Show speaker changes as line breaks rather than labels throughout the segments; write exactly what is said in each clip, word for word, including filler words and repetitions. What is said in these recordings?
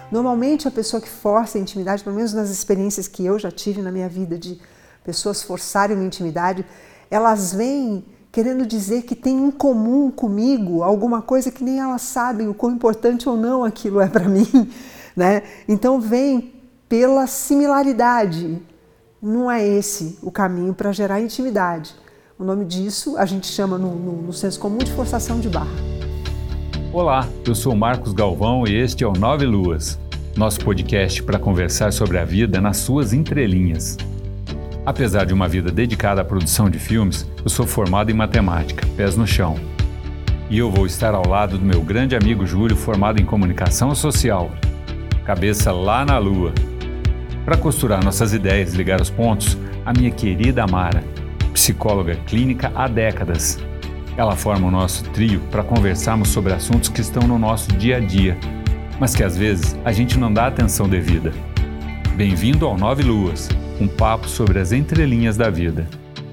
Normalmente a pessoa que força a intimidade, pelo menos nas experiências que eu já tive na minha vida de pessoas forçarem uma intimidade, elas vêm querendo dizer que tem em comum comigo alguma coisa que nem elas sabem o quão importante ou não aquilo é para mim, né? Então vem pela similaridade. Não é esse o caminho para gerar intimidade. O nome disso a gente chama no, no, no senso comum de forçação de barra.
Olá, eu sou Marcos Galvão e este é o Nove Luas, nosso podcast para conversar sobre a vida nas suas entrelinhas. Apesar de uma vida dedicada à produção de filmes, eu sou formado em matemática, pés no chão. E eu vou estar ao lado do meu grande amigo Júlio, formado em comunicação social, cabeça lá na lua. Para costurar nossas ideias e ligar os pontos, a minha querida Amara, psicóloga clínica há décadas. Ela forma o nosso trio para conversarmos sobre assuntos que estão no nosso dia a dia, mas que às vezes a gente não dá atenção devida. Bem-vindo ao Nove Luas, um papo sobre as entrelinhas da vida.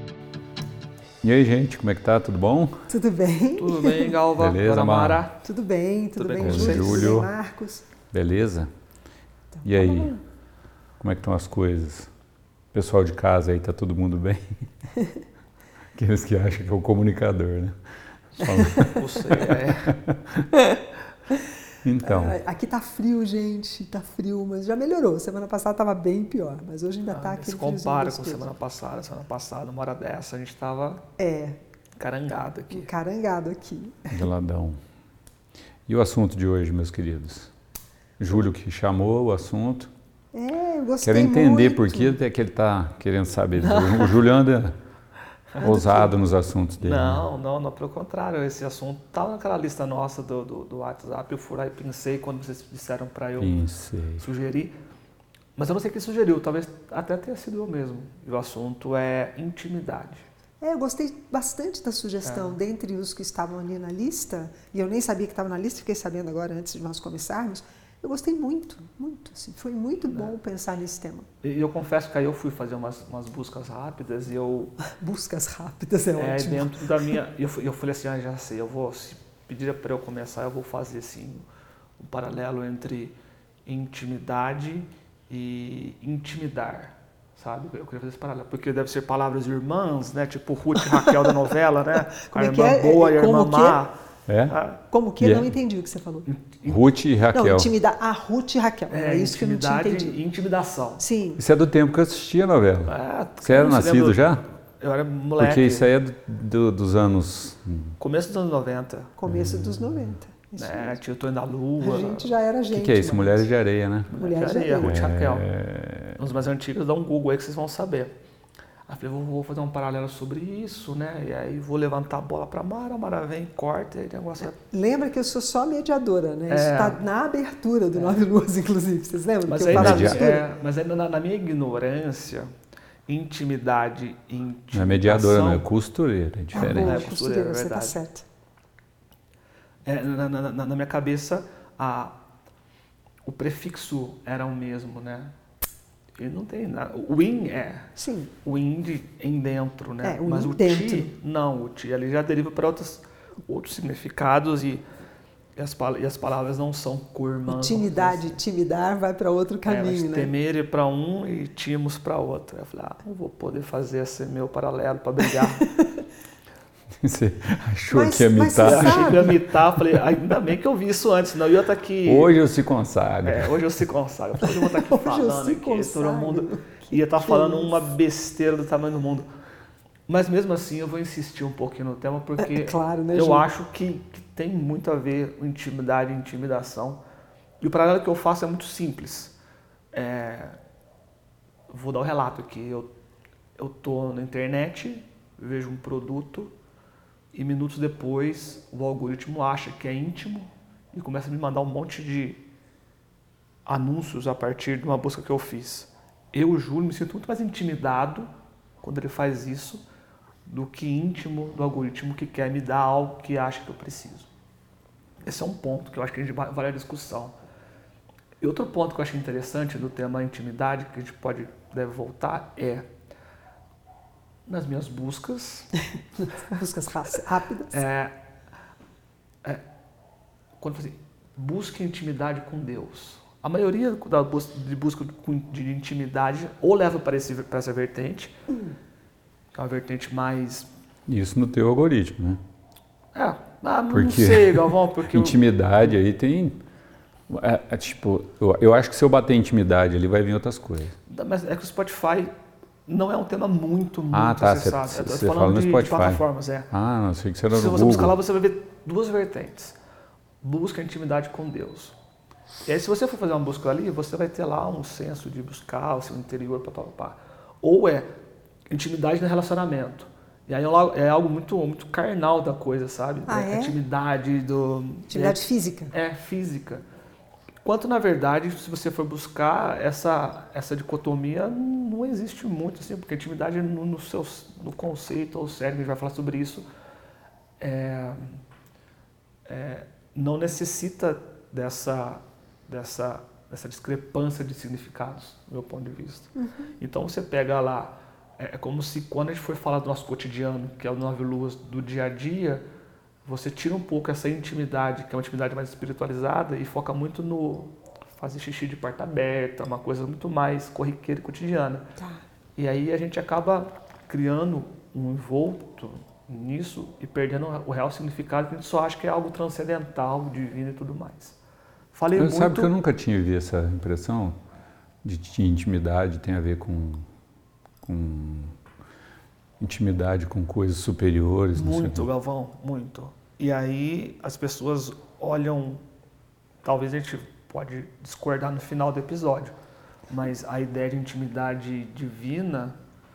E aí, gente, como é que tá? Tudo bom?
Tudo bem?
Tudo bem, Galva?
Beleza, Amara?
Tudo bem, tudo,
Tudo
bem,
bem,
Júlio?
Júlio?
Tudo bem, Marcos?
Beleza?
Então,
E aí,
vamos lá.
como é que estão as coisas? Pessoal de casa aí, tá todo mundo bem? Aqueles que acham que é o comunicador, né?
Você é.
Então,
Ah, aqui tá frio, gente, tá frio, mas já melhorou. Semana passada tava bem pior, mas hoje ainda tá
Ah,
aquele
se
friozinho
compara com
gostoso.
semana passada. Semana passada, uma hora dessa, a gente tava
É,
carangado aqui.
encarangado aqui.
geladão. E o assunto de hoje, meus queridos? Júlio que chamou o assunto.
É, eu gostei
Quero entender
muito.
por que até que ele está querendo saber. O Júlio anda ousado nos assuntos dele.
Não, não, não, pelo contrário. Esse assunto estava naquela lista nossa do, do, do WhatsApp. Eu fui lá e pensei quando vocês disseram para eu
Pensei.
sugerir. Mas eu não sei quem sugeriu, talvez até tenha sido eu mesmo. E o assunto é intimidade.
É, eu gostei bastante da sugestão.
É.
Dentre os que estavam ali na lista, e eu nem sabia que estava na lista, fiquei sabendo agora antes de nós começarmos, eu gostei muito, muito. Assim, foi muito bom pensar nesse tema.
E eu confesso que aí eu fui fazer umas, umas buscas rápidas e eu...
Buscas rápidas é,
É,
ótimo.
dentro da minha... Eu, eu falei assim, ah, já sei, eu vou... Se pedir para eu começar, eu vou fazer assim, um paralelo entre intimidade e intimidar, sabe? Eu queria fazer esse paralelo, porque deve ser palavras irmãs, né? Tipo Ruth e Raquel da novela, né?
Como
a
é que
irmã
é?
boa e a
Como
irmã
que
má.
É?
Ah,
Como que?
Yeah.
Não entendi o que você falou.
Ruth e Raquel.
Não, intimidade. A Ruth e Raquel. É,
é,
isso que eu não tinha
intimidade
entendido.
e intimidação.
Sim.
Isso é do tempo que eu assistia a novela.
É,
Você era
não se
nascido
lembra-
já?
Eu era moleque.
Porque isso aí é do, do- dos anos...
Começo dos anos noventa.
Começo dos noventa. Isso
Né?
mesmo.
Tinha Eu Tô Indo à Lua.
A gente já era
O
gente.
que, que é isso?
mas-
Mulheres de Areia, né?
Mulher de
Areia,
Areia.
Ruth e Raquel.
É,
Os mais antigos, dá um Google aí que vocês vão saber. Aí eu falei, vou, vou fazer um paralelo sobre isso, né? E aí vou levantar a bola pra Mara, a Mara vem, corta, e aí o negócio é...
Lembra que eu sou só mediadora, né? Isso
É.
está na abertura do Nove Luas, inclusive. Vocês lembram
Mas
que
aí,
eu
na,
faço
media-
mistura?
é, mas aí na, na minha ignorância, intimidade e intimidação...
não é mediadora, não, é costureira, é
Ah,
diferente.
boa,
É,
costureira,
costureira,
você está
verdade.
certo.
É, na, na- na- na minha cabeça, a, o prefixo era o mesmo, né? E não tem nada. O in é...
Sim.
O in de em dentro, né?
É, o
Mas
in
o
dentro.
ti, não. O ti ali já deriva para outros, outros significados e, e, as, pal- e as palavras não são co-irmãs.
Intimidade, intimidar vai para outro
Caminho,
caminho,
é,
né?
Temer para um e timos para outro. Eu falei, ah, não vou poder fazer esse meu paralelo para brigar.
Você achou
Mas-
que ia
mas
imitar?
você
Eu achei
sabe?
que ia imitar, falei, ainda bem que eu vi isso antes, senão eu ia estar aqui...
Hoje eu se consagro.
É, hoje eu se consagro. Hoje eu vou estar aqui
Hoje eu
falando
se
aqui, todo
consagro.
mundo ia estar
que
falando
isso?
uma besteira do tamanho do mundo. Mas mesmo assim eu vou insistir um pouquinho no tema, porque
É claro, né,
eu
Júlio?
acho que, que tem muito a ver com intimidade e intimidação. E o paralelo que eu faço é muito simples. É, vou dar o um relato aqui. Eu eu tô na internet, vejo um produto e minutos depois o algoritmo acha que é íntimo e começa a me mandar um monte de anúncios a partir de uma busca que eu fiz. Eu, Júlio, me sinto muito mais intimidado quando ele faz isso do que íntimo do algoritmo que quer me dar algo que acha que eu preciso. Esse é um ponto que eu acho que a gente vale a discussão. E outro ponto que eu achei interessante do tema intimidade, que a gente pode, deve voltar, é nas minhas buscas,
Buscas rápidas.
é, é, quando eu falei, busque intimidade com Deus. A maioria da busca, de busca de intimidade ou leva para, esse, para essa vertente, hum. que é uma vertente mais...
Isso no teu algoritmo, né?
É, ah, não
porque
sei, Galvão, porque...
intimidade eu... aí tem... É, é, tipo, eu, eu acho que se eu bater intimidade ali vai vir outras coisas.
Mas é que o Spotify não é um tema muito, muito
ah, tá,
acessado.
Cê,
eu tô
cê
falando
fala no
de,
Spotify.
de plataformas, é.
Ah, não, sei que você era no
Se você
Google.
buscar lá, você vai ver duas vertentes. Busca intimidade com Deus. E aí, se você for fazer uma busca ali, você vai ter lá um senso de buscar o seu interior, pá, pá, pá. Ou é intimidade no relacionamento. E aí é algo muito, muito carnal da coisa, sabe?
Ah,
é?
é?
Intimidade do...
Intimidade
é,
física.
É, física. Quanto, na verdade, se você for buscar, essa, essa dicotomia não existe muito, assim, porque a intimidade no, no, seu, no conceito, ou sério, a gente vai falar sobre isso, é, é, não necessita dessa, dessa, dessa discrepância de significados, do meu ponto de vista. Uhum. Então, você pega lá, é, é como se quando a gente for falar do nosso cotidiano, que é o Nove Luas do dia a dia, você tira um pouco essa intimidade, que é uma intimidade mais espiritualizada, e foca muito no fazer xixi de porta aberta, uma coisa muito mais corriqueira e cotidiana.
Tá.
E aí a gente acaba criando um envolto nisso e perdendo o real significado, que a gente só acha que é algo transcendental, divino e tudo mais. Falei
eu,
muito...
Sabe que eu nunca tinha visto essa impressão de que intimidade tem a ver com... com... intimidade com coisas superiores.
Muito, Galvão, muito. E aí as pessoas olham, talvez a gente pode discordar no final do episódio, mas a ideia de intimidade divina,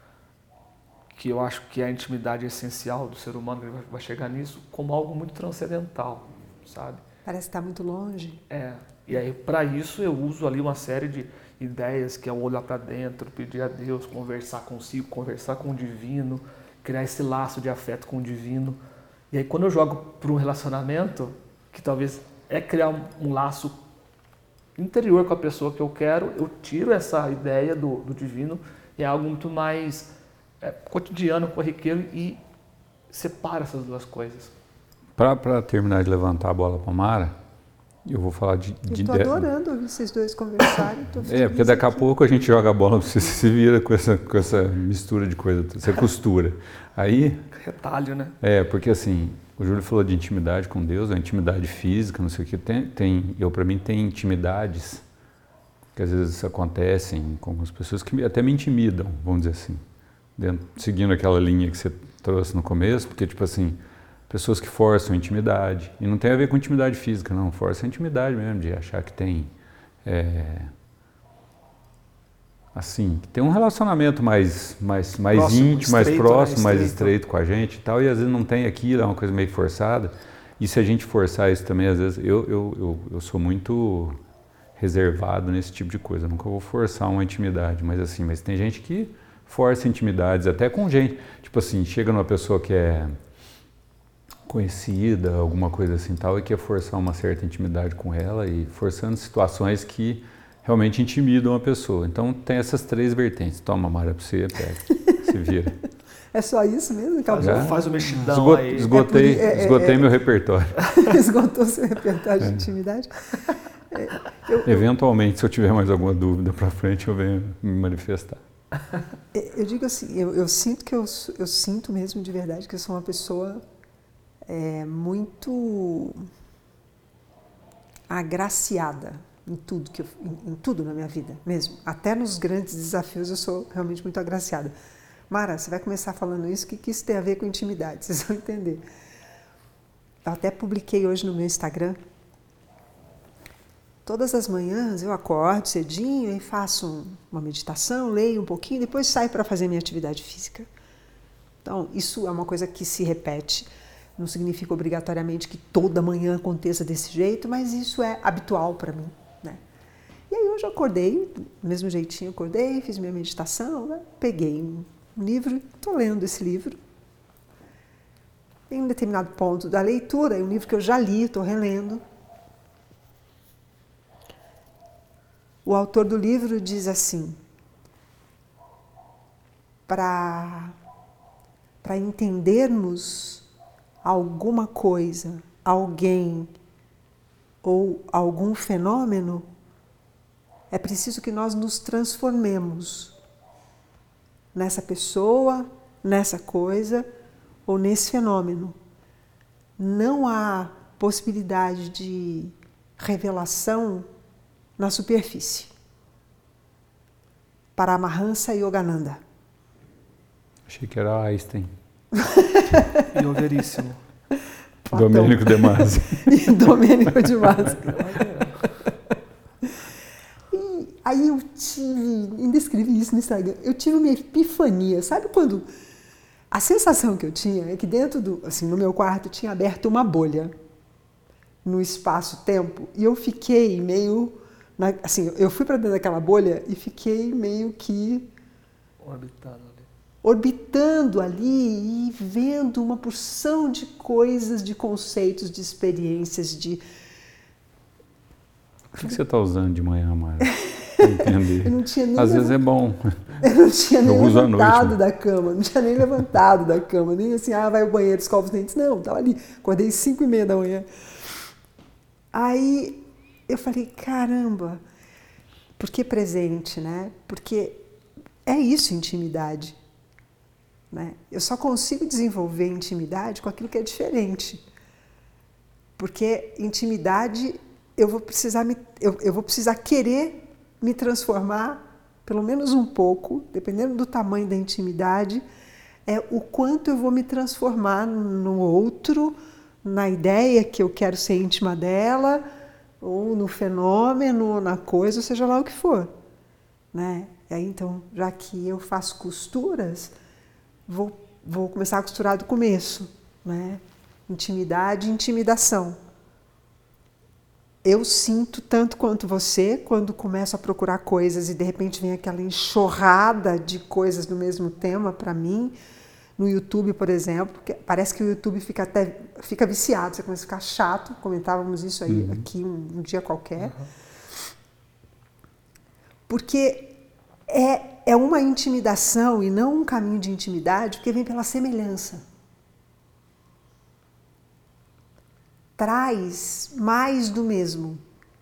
que eu acho que é a intimidade essencial do ser humano, que vai chegar nisso, como algo muito transcendental, sabe?
Parece estar muito longe.
É, e aí para isso eu uso ali uma série de ideias, que é o olhar para dentro, pedir a Deus, conversar consigo, conversar com o divino, criar esse laço de afeto com o divino. E aí quando eu jogo para um relacionamento, que talvez é criar um, um laço interior com a pessoa que eu quero, eu tiro essa ideia do, do divino, e é algo muito mais é, cotidiano, corriqueiro, e separa essas duas coisas.
Para terminar de levantar a bola para a Mara, eu vou falar de...
Estou adorando ouvir vocês dois conversarem.
É, porque daqui a pouco a gente joga a bola, você se vira com essa, com essa mistura de coisa, você costura. Aí...
Retalho, né?
É, porque assim, o Júlio falou de intimidade com Deus, a intimidade física, não sei o que, tem, tem eu para mim tem intimidades que às vezes acontecem com algumas pessoas que até me intimidam, vamos dizer assim, dentro, seguindo aquela linha que você trouxe no começo, porque tipo assim, pessoas que forçam a intimidade, e não tem a ver com intimidade física, não, força a intimidade mesmo, de achar que tem, é, assim, que tem um relacionamento mais, mais, mais próximo, íntimo, mais próximo, mais estreito com a gente e tal, e às vezes não tem aquilo, é uma coisa meio forçada, e se a gente forçar isso também, às vezes, eu, eu, eu, eu sou muito reservado nesse tipo de coisa, eu nunca vou forçar uma intimidade, mas assim, mas tem gente que força intimidades, até com gente, tipo assim, chega numa pessoa que é conhecida, alguma coisa assim tal, e quer forçar uma certa intimidade com ela, e forçando situações que realmente intimidam a pessoa. Então tem essas três vertentes. Toma, Mara, pra você, pega, se vira.
É só isso mesmo?
Faz,
Já?
faz o mexidão
Esgot,
aí.
Esgotei,
é, é,
esgotei
é,
meu repertório.
Esgotou seu repertório de intimidade?
É, eu, Eventualmente, se eu tiver mais alguma dúvida para frente, eu venho me manifestar.
Eu digo assim, eu, eu sinto que eu, eu sinto mesmo de verdade que eu sou uma pessoa é, muito agraciada em tudo, que eu, em, em tudo na minha vida mesmo. Até nos grandes desafios eu sou realmente muito agraciada. Mara, você vai começar falando isso, o que, que isso tem a ver com intimidade? Vocês vão entender. Eu até publiquei hoje no meu Instagram. Todas as manhãs eu acordo cedinho e faço uma meditação, leio um pouquinho, depois saio para fazer minha atividade física. Então, isso é uma coisa que se repete. Não significa obrigatoriamente que toda manhã aconteça desse jeito, mas isso é habitual para mim, né? E aí hoje eu acordei, do mesmo jeitinho, acordei, fiz minha meditação, né? Peguei um livro, estou lendo esse livro. Em um determinado ponto da leitura, é um livro que eu já li, estou relendo. O autor do livro diz assim, para para entendermos alguma coisa, alguém ou algum fenômeno, É preciso que nós nos transformemos nessa pessoa, nessa coisa ou nesse fenômeno. Não há possibilidade de revelação na superfície. Paramahansa Yogananda.
Achei que era Einstein.
Yogaríssimo.
Domênico de Masi.
Domênico de Masi. E aí eu tive, ainda escrevi isso no Instagram, eu tive uma epifania. Sabe quando... A sensação que eu tinha é que dentro do, assim, no meu quarto tinha aberto uma bolha no espaço-tempo e eu fiquei meio, na, assim, eu fui para dentro daquela bolha e fiquei meio que
orbitando ali.
orbitando ali e vendo uma porção de coisas, de conceitos, de experiências, de...
O que, que você está usando de manhã, Mara? Entendi.
Eu não tinha nem
Às vezes é bom.
Eu não tinha nem
eu uso
levantado
à noite,
da cama, não tinha nem levantado da cama, nem assim, ah, vai ao banheiro, escova os dentes. Não, estava ali, acordei às cinco e meia da manhã. Aí eu falei, caramba, por que presente, né? Porque é isso, intimidade. Né? Eu só consigo desenvolver intimidade com aquilo que é diferente. Porque intimidade, eu vou precisar, me, eu, eu vou precisar querer me transformar, pelo menos um pouco, dependendo do tamanho da intimidade, é o quanto eu vou me transformar no outro, na ideia que eu quero ser íntima dela, ou no fenômeno, na coisa, ou seja lá o que for. Né? E aí, então, já que eu faço costuras, vou, vou começar a costurar do começo. Né? Intimidade e intimidação. Eu sinto tanto quanto você quando começo a procurar coisas e de repente vem aquela enxurrada de coisas do mesmo tema para mim. No YouTube, por exemplo, porque parece que o YouTube fica até fica viciado, você começa a ficar chato, comentávamos isso aí uhum. aqui um, um dia qualquer. Uhum. Porque é, é uma intimidação e não um caminho de intimidade, porque vem pela semelhança. Traz mais do mesmo.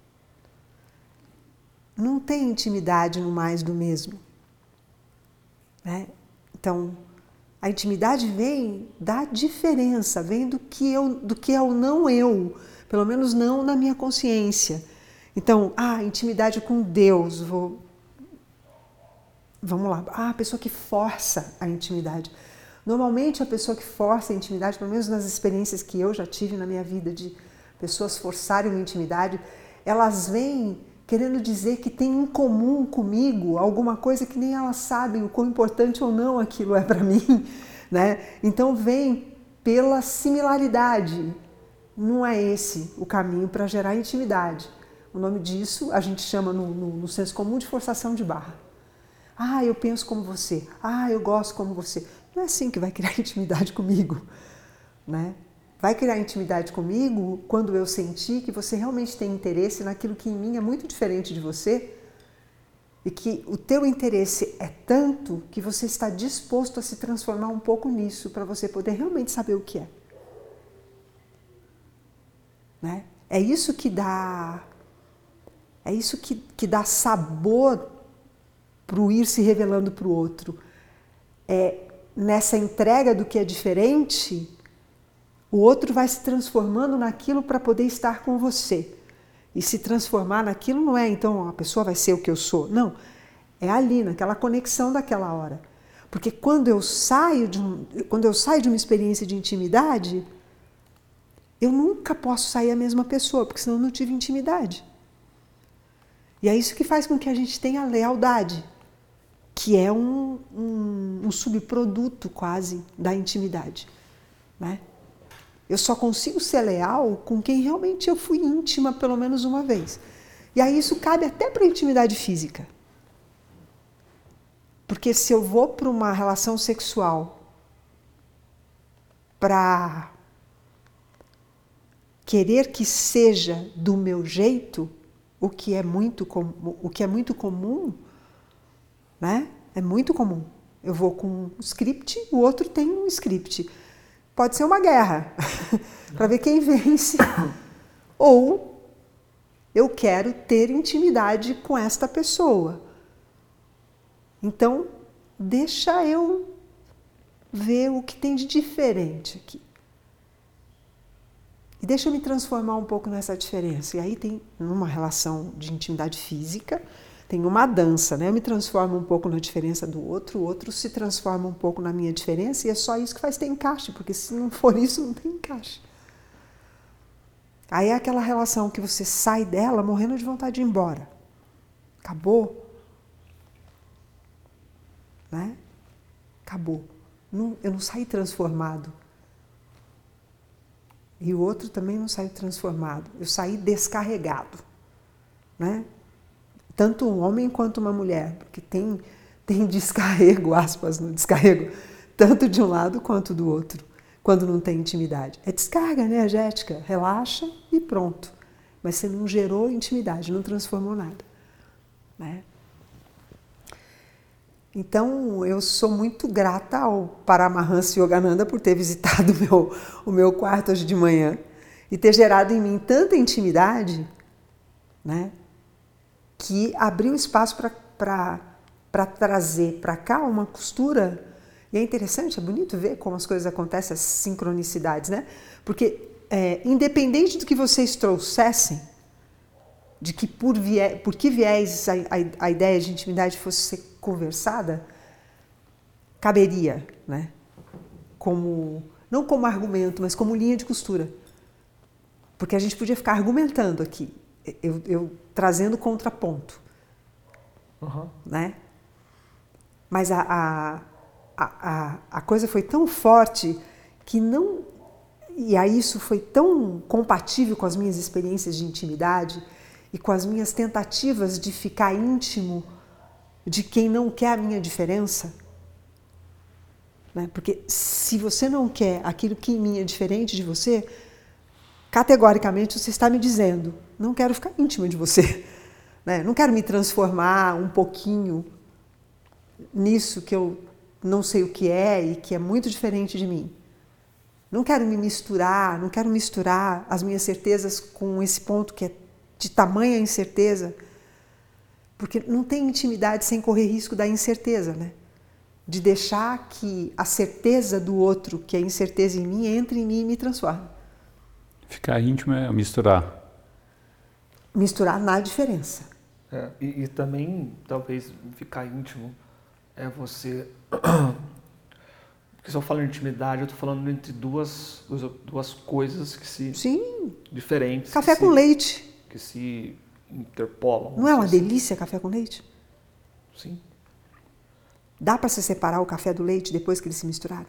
Não tem intimidade no mais do mesmo. Né? Então, a intimidade vem da diferença, vem do que, eu, do que é o não eu, pelo menos não na minha consciência. Então, ah, intimidade com Deus, vou... vamos lá, ah, a pessoa que força a intimidade. Normalmente a pessoa que força a intimidade, pelo menos nas experiências que eu já tive na minha vida de pessoas forçarem a intimidade, elas vêm querendo dizer que tem em comum comigo alguma coisa que nem elas sabem o quão importante ou não aquilo é para mim, né? Então vem pela similaridade. Não é esse o caminho para gerar intimidade. O nome disso a gente chama no, no, no senso comum de forçação de barra. Ah, eu penso como você. Ah, eu gosto como você. Não é assim que vai criar intimidade comigo, né? Vai criar intimidade comigo quando eu sentir que você realmente tem interesse naquilo que em mim é muito diferente de você e que o teu interesse é tanto que você está disposto a se transformar um pouco nisso para você poder realmente saber o que é. Né? É isso que dá, é isso que, que dá sabor para o ir se revelando para o outro. É nessa entrega do que é diferente, o outro vai se transformando naquilo para poder estar com você. E se transformar naquilo não é, então, a pessoa vai ser o que eu sou. Não, é ali, naquela conexão daquela hora. Porque quando eu saio de, um, quando eu saio de uma experiência de intimidade, eu nunca posso sair a mesma pessoa, porque senão eu não tive intimidade. E é isso que faz com que a gente tenha lealdade, que é um, um, um subproduto quase da intimidade. Né? Eu só consigo ser leal com quem realmente eu fui íntima pelo menos uma vez. E aí isso cabe até para a intimidade física. Porque se eu vou para uma relação sexual para querer que seja do meu jeito, o que é muito, com, o que é muito comum, né? É muito comum. Eu vou com um script, o outro tem um script. Pode ser uma guerra, para ver quem vence. Ou eu quero ter intimidade com esta pessoa. Então, deixa eu ver o que tem de diferente aqui. E deixa eu me transformar um pouco nessa diferença. E aí tem uma relação de intimidade física, tem uma dança, né? Eu me transformo um pouco na diferença do outro, o outro se transforma um pouco na minha diferença, e é só isso que faz ter encaixe, porque se não for isso, não tem encaixe. Aí é aquela relação que você sai dela morrendo de vontade de ir embora. Acabou. Né? Acabou. Não, eu não saí transformado. E o outro também não saiu transformado. Eu saí descarregado. Né? Tanto um homem quanto uma mulher. Porque tem, tem descarrego, aspas, no descarrego, tanto de um lado quanto do outro, quando não tem intimidade. É descarga energética. Relaxa e pronto. Mas você não gerou intimidade, não transformou nada. Né? Então, eu sou muito grata ao Paramahansa Yogananda por ter visitado o meu, o meu quarto hoje de manhã e ter gerado em mim tanta intimidade, né, que abriu espaço para trazer para cá uma costura. E é interessante, é bonito ver como as coisas acontecem, as sincronicidades, né? Porque, é, independente do que vocês trouxessem, de que por, vie, por que viés a, a, a ideia de intimidade fosse ser conversada, caberia, né? Como, não como argumento, mas como linha de costura. Porque a gente podia ficar argumentando aqui, eu, eu trazendo contraponto. Uhum. Né? Mas a, a, a, a coisa foi tão forte que não... E aí isso foi tão compatível com as minhas experiências de intimidade e com as minhas tentativas de ficar íntimo de quem não quer a minha diferença. Né? Porque se você não quer aquilo que em mim é diferente de você, categoricamente você está me dizendo, não quero ficar íntima de você. Né? Não quero me transformar um pouquinho nisso que eu não sei o que é e que é muito diferente de mim. Não quero me misturar, não quero misturar as minhas certezas com esse ponto que é de tamanha incerteza, porque não tem intimidade sem correr risco da incerteza, né? De deixar que a certeza do outro, que é a incerteza em mim, entre em mim e me transforme.
Ficar íntimo é misturar.
Misturar na diferença.
É, e, e também, talvez, ficar íntimo é você... Porque se eu falo em intimidade, eu estou falando entre duas, duas coisas que se...
Sim.
Diferentes.
Café com
se,
leite.
Que se interpolam.
Não é uma
assim.
delícia café com leite?
Sim.
Dá para se separar o café do leite depois que eles se misturaram?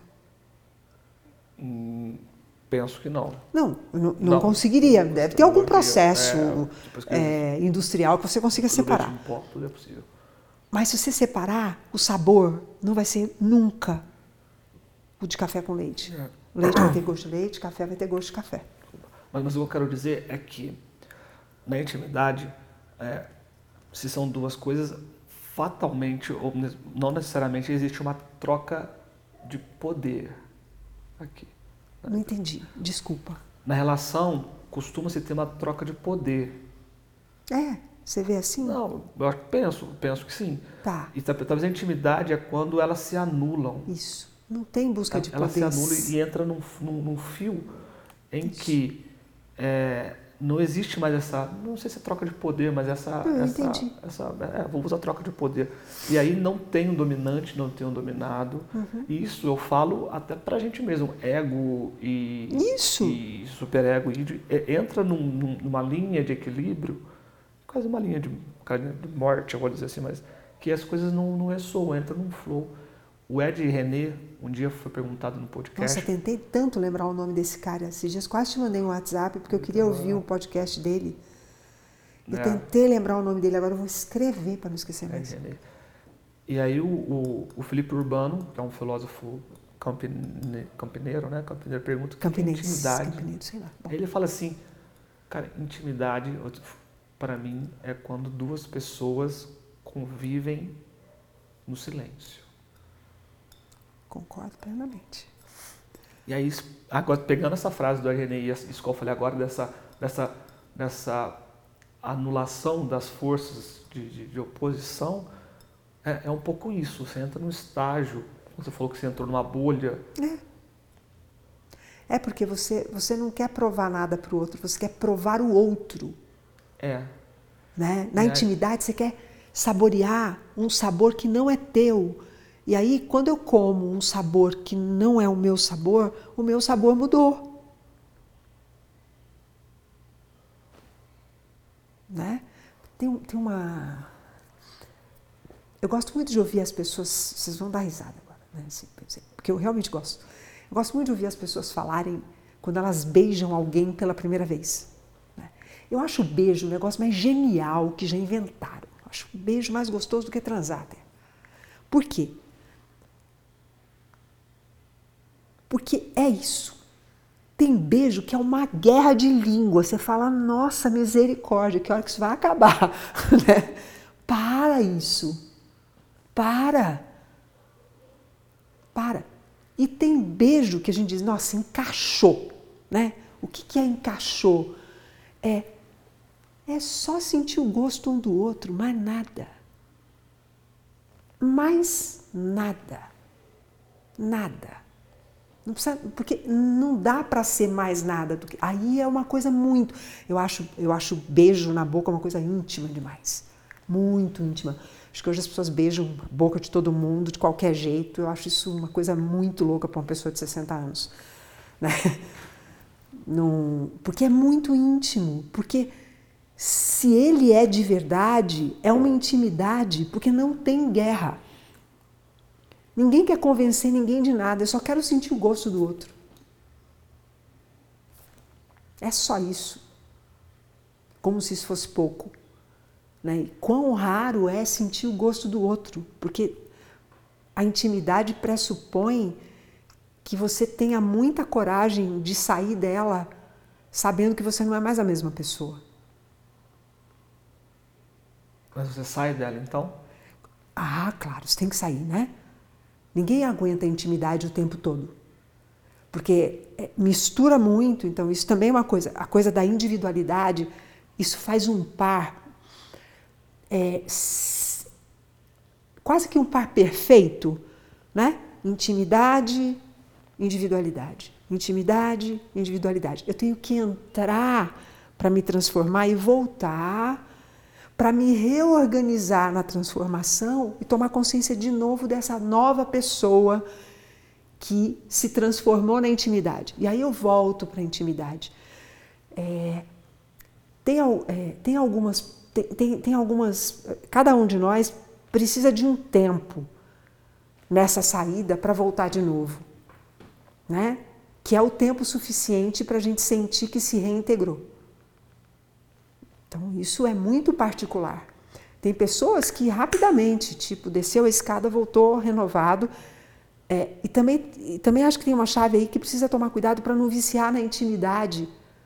Hum, penso que não.
Não, não, não,
não
conseguiria. Deve ter algum processo
é,
é, industrial que você consiga separar.
Leite em pó, tudo é possível.
Mas se você separar, o sabor não vai ser nunca o de café com leite.
É.
O leite vai ter gosto de leite, café vai ter gosto de café.
Mas, mas o que eu quero dizer é que na intimidade, é, se são duas coisas, fatalmente, ou não necessariamente, existe uma troca de poder aqui.
Não entendi, desculpa.
Na relação, costuma-se ter uma troca de poder.
É, você vê assim?
Não, eu penso, penso que sim.
Tá.
E talvez a intimidade é quando elas se anulam.
Isso. Não tem busca de poder.
Ela se anula e entra num, num, num fio em Isso. que é, não existe mais essa, não sei se é troca de poder, mas essa,
eu
essa,
entendi.
essa é, vou usar troca de poder. E aí não tem um dominante, não tem um dominado. Uhum. E isso eu falo até pra gente mesmo, ego e,
isso.
e superego, e entra num, numa linha de equilíbrio, quase uma linha de, de morte, eu vou dizer assim, mas que as coisas não, não ressoam, entra num flow. O Ed René, um dia foi perguntado no podcast...
Nossa, tentei tanto lembrar o nome desse cara. Esses dias quase te mandei um WhatsApp, porque eu queria ouvir o podcast dele. Eu é. tentei lembrar o nome dele, agora eu vou escrever para não esquecer mais.
Ed René. E aí o, o, o Felipe Urbano, que é um filósofo campine, campineiro, né? Campineiro, pergunta o que é intimidade.
Campineiro, sei lá.
Aí ele fala assim, cara, intimidade, para mim, é quando duas pessoas convivem no silêncio.
Concordo plenamente.
E aí, agora, pegando essa frase do René e isso que eu falei agora, dessa, dessa, dessa anulação das forças de, de, de oposição é, é um pouco isso. Você entra num estágio, você falou que você entrou numa bolha.
É, é porque você, você não quer provar nada para o outro, você quer provar o outro.
É.
Né? Na
é.
intimidade você quer saborear um sabor que não é teu. E aí, quando eu como um sabor que não é o meu sabor, o meu sabor mudou. Né? Tem, tem uma... Eu gosto muito de ouvir as pessoas... Vocês vão dar risada agora, né? Assim, porque eu realmente gosto. Eu gosto muito de ouvir as pessoas falarem quando elas beijam alguém pela primeira vez. Né? Eu acho o beijo o negócio mais genial que já inventaram. Eu acho o beijo mais gostoso do que transar. Até. Por quê? Porque é isso. Tem beijo que é uma guerra de língua. Você fala, nossa, misericórdia, que hora que isso vai acabar. Né? Para isso. Para. Para. E tem beijo que a gente diz, nossa, encaixou. Né? O que, que é encaixou? É, é só sentir o gosto um do outro, mais nada. Mais nada. Nada. Não precisa, porque não dá para ser mais nada do que... Aí é uma coisa muito... Eu acho, eu acho beijo na boca uma coisa íntima demais. Muito íntima. Acho que hoje as pessoas beijam a boca de todo mundo, de qualquer jeito. Eu acho isso uma coisa muito louca para uma pessoa de sessenta anos. Né? Não, porque é muito íntimo. Porque se ele é de verdade, é uma intimidade, porque não tem guerra. Ninguém quer convencer ninguém de nada, eu só quero sentir o gosto do outro. É só isso. Como se isso fosse pouco. Né? E quão raro é sentir o gosto do outro, porque a intimidade pressupõe que você tenha muita coragem de sair dela sabendo que você não é mais a mesma pessoa.
Mas você sai dela, então?
Ah, claro, você tem que sair, né? Ninguém aguenta a intimidade o tempo todo, porque mistura muito, então isso também é uma coisa, a coisa da individualidade, isso faz um par, é, quase que um par perfeito, né? Intimidade, individualidade, intimidade, individualidade. Eu tenho que entrar para me transformar e voltar, para me reorganizar na transformação e tomar consciência de novo dessa nova pessoa que se transformou na intimidade. E aí eu volto para a intimidade. É, tem, é, tem algumas, tem, tem, tem algumas, cada um de nós precisa de um tempo nessa saída para voltar de novo, né? Que é o tempo suficiente para a gente sentir que se reintegrou. Então, isso é muito particular. Tem pessoas que rapidamente, tipo, desceu a escada, voltou renovado. É, e, também, e também acho que tem uma chave aí que precisa tomar cuidado para não viciar na intimidade.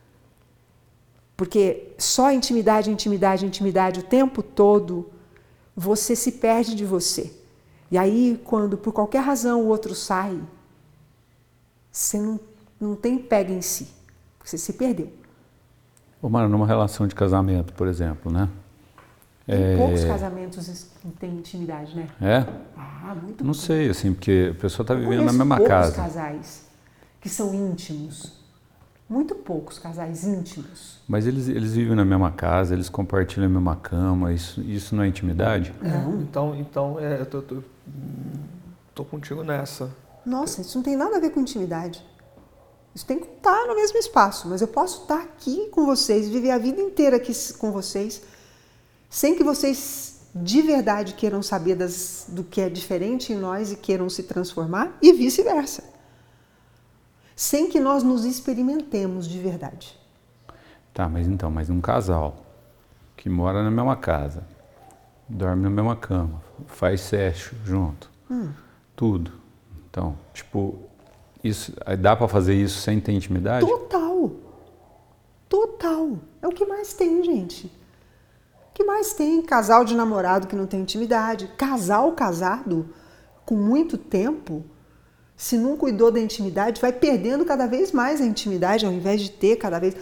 Porque só intimidade, intimidade, intimidade o tempo todo, você se perde de você. E aí, quando por qualquer razão o outro sai, você não, não tem pega em si. Você se perdeu.
Ô, Mara, numa relação de casamento, por exemplo, né?
Tem
é...
poucos casamentos que têm intimidade, né?
É?
Ah, muito
Não
pouco.
sei, assim, porque a pessoa está vivendo na
conheço
mesma
poucos
casa.
casais que são íntimos. Muito poucos casais íntimos.
Mas eles, eles vivem na mesma casa, eles compartilham a mesma cama, isso, isso não é intimidade?
Não. Então, então é, eu tô, tô, tô contigo nessa.
Nossa, isso não tem nada a ver com intimidade. Isso tem que estar no mesmo espaço, mas eu posso estar aqui com vocês, viver a vida inteira aqui com vocês, sem que vocês de verdade queiram saber das, do que é diferente em nós e queiram se transformar, e vice-versa. Sem que nós nos experimentemos de verdade.
Tá, mas então, mas um casal que mora na mesma casa, dorme na mesma cama, faz sexo junto, hum. tudo. Então, tipo, isso, dá para fazer isso sem ter intimidade?
Total. Total. É o que mais tem, gente. O que mais tem? Casal de namorado que não tem intimidade. Casal casado com muito tempo, se não cuidou da intimidade, vai perdendo cada vez mais a intimidade, ao invés de ter cada vez...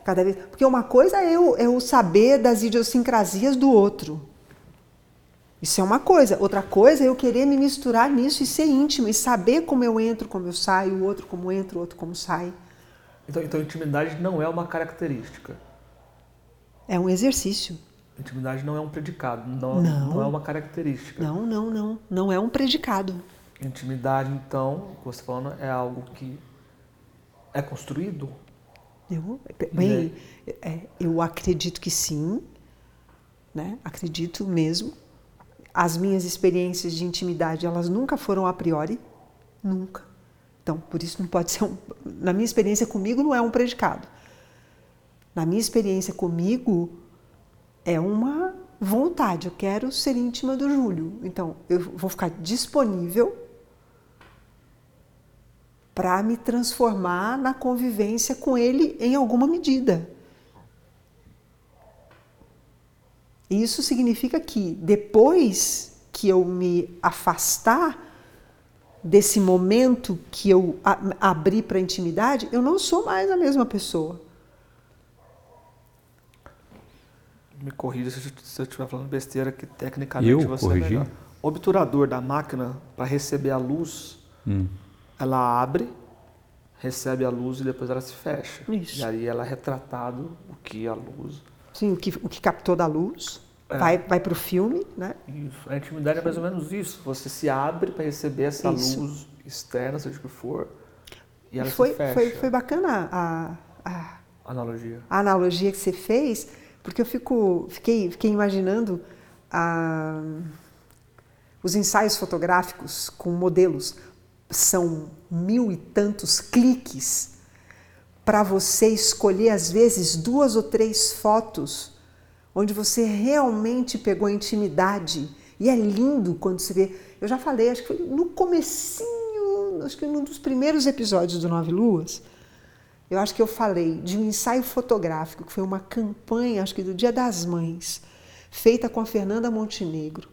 Cada vez, porque uma coisa é eu, eu saber das idiosincrasias do outro. Isso é uma coisa. Outra coisa é eu querer me misturar nisso e ser íntima e saber como eu entro, como eu saio, o outro como entra, o outro como sai.
Então, então intimidade não é uma característica.
É um exercício.
Intimidade não é um predicado, não,
Não.
não é uma característica.
Não, não, não. Não é um predicado.
Intimidade, então, o que você está falando, é algo que é construído?
Eu, bem, é, eu acredito que sim, né? Acredito mesmo. As minhas experiências de intimidade, elas nunca foram a priori, nunca. Então, por isso não pode ser um... Na minha experiência comigo, não é um predicado. Na minha experiência comigo, é uma vontade. Eu quero ser íntima do Júlio. Então, eu vou ficar disponível para me transformar na convivência com ele em alguma medida. Isso significa que depois que eu me afastar desse momento que eu abri para a intimidade, eu não sou mais a mesma pessoa.
Me corrija se eu estiver falando besteira, que tecnicamente
eu
você
corrigi?
é melhor. O obturador da máquina, para receber a luz, hum. ela abre, recebe a luz e depois ela se fecha.
Isso.
E aí ela é retratado o que a luz...
Sim, o que, o que captou da luz, é. vai, vai para o filme, né?
Isso. A intimidade é mais ou menos isso. Você se abre para receber essa isso. luz externa, seja o que for, e ela
foi,
se fecha.
Foi, foi bacana a, a,
analogia.
a analogia que você fez, porque eu fico, fiquei, fiquei imaginando a, os ensaios fotográficos com modelos. São mil e tantos cliques para você escolher, às vezes, duas ou três fotos onde você realmente pegou a intimidade. E é lindo quando você vê... Eu já falei, acho que foi no comecinho, acho que num dos primeiros episódios do Nove Luas, eu acho que eu falei de um ensaio fotográfico, que foi uma campanha, acho que do Dia das Mães, feita com a Fernanda Montenegro.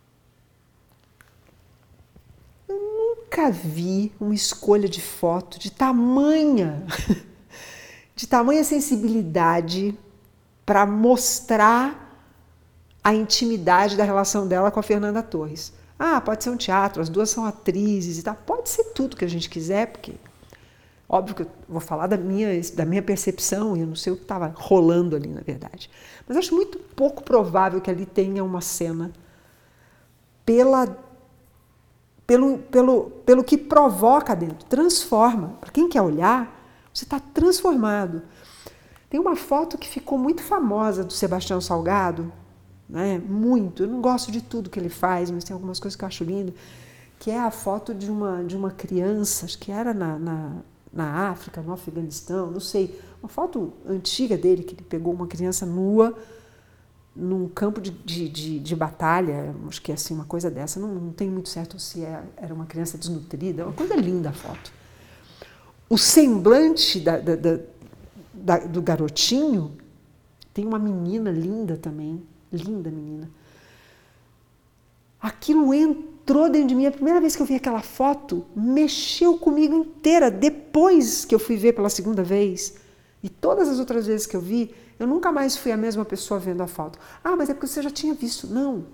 Eu nunca vi uma escolha de foto de tamanha... de tamanha sensibilidade para mostrar a intimidade da relação dela com a Fernanda Torres. Ah, pode ser um teatro, as duas são atrizes e tal. Pode ser tudo que a gente quiser, porque óbvio que eu vou falar da minha, da minha percepção e eu não sei o que estava rolando ali, na verdade. Mas acho muito pouco provável que ali tenha uma cena pela, pelo, pelo, pelo que provoca dentro, transforma. Para quem quer olhar, você está transformado. Tem uma foto que ficou muito famosa do Sebastião Salgado, né? Muito. Eu não gosto de tudo que ele faz, mas tem algumas coisas que eu acho lindo, que é a foto de uma, de uma criança, acho que era na, na, na África, no Afeganistão, não sei. Uma foto antiga dele, que ele pegou uma criança nua num campo de, de, de, de batalha, acho que é assim, uma coisa dessa. Não, não tem muito certo se é, era uma criança desnutrida, é uma coisa linda a foto. O semblante da, da, da, da, do garotinho, tem uma menina linda também, linda menina. Aquilo entrou dentro de mim, a primeira vez que eu vi aquela foto, mexeu comigo inteira. Depois que eu fui ver pela segunda vez, e todas as outras vezes que eu vi, eu nunca mais fui a mesma pessoa vendo a foto. Ah, mas é porque você já tinha visto. Não.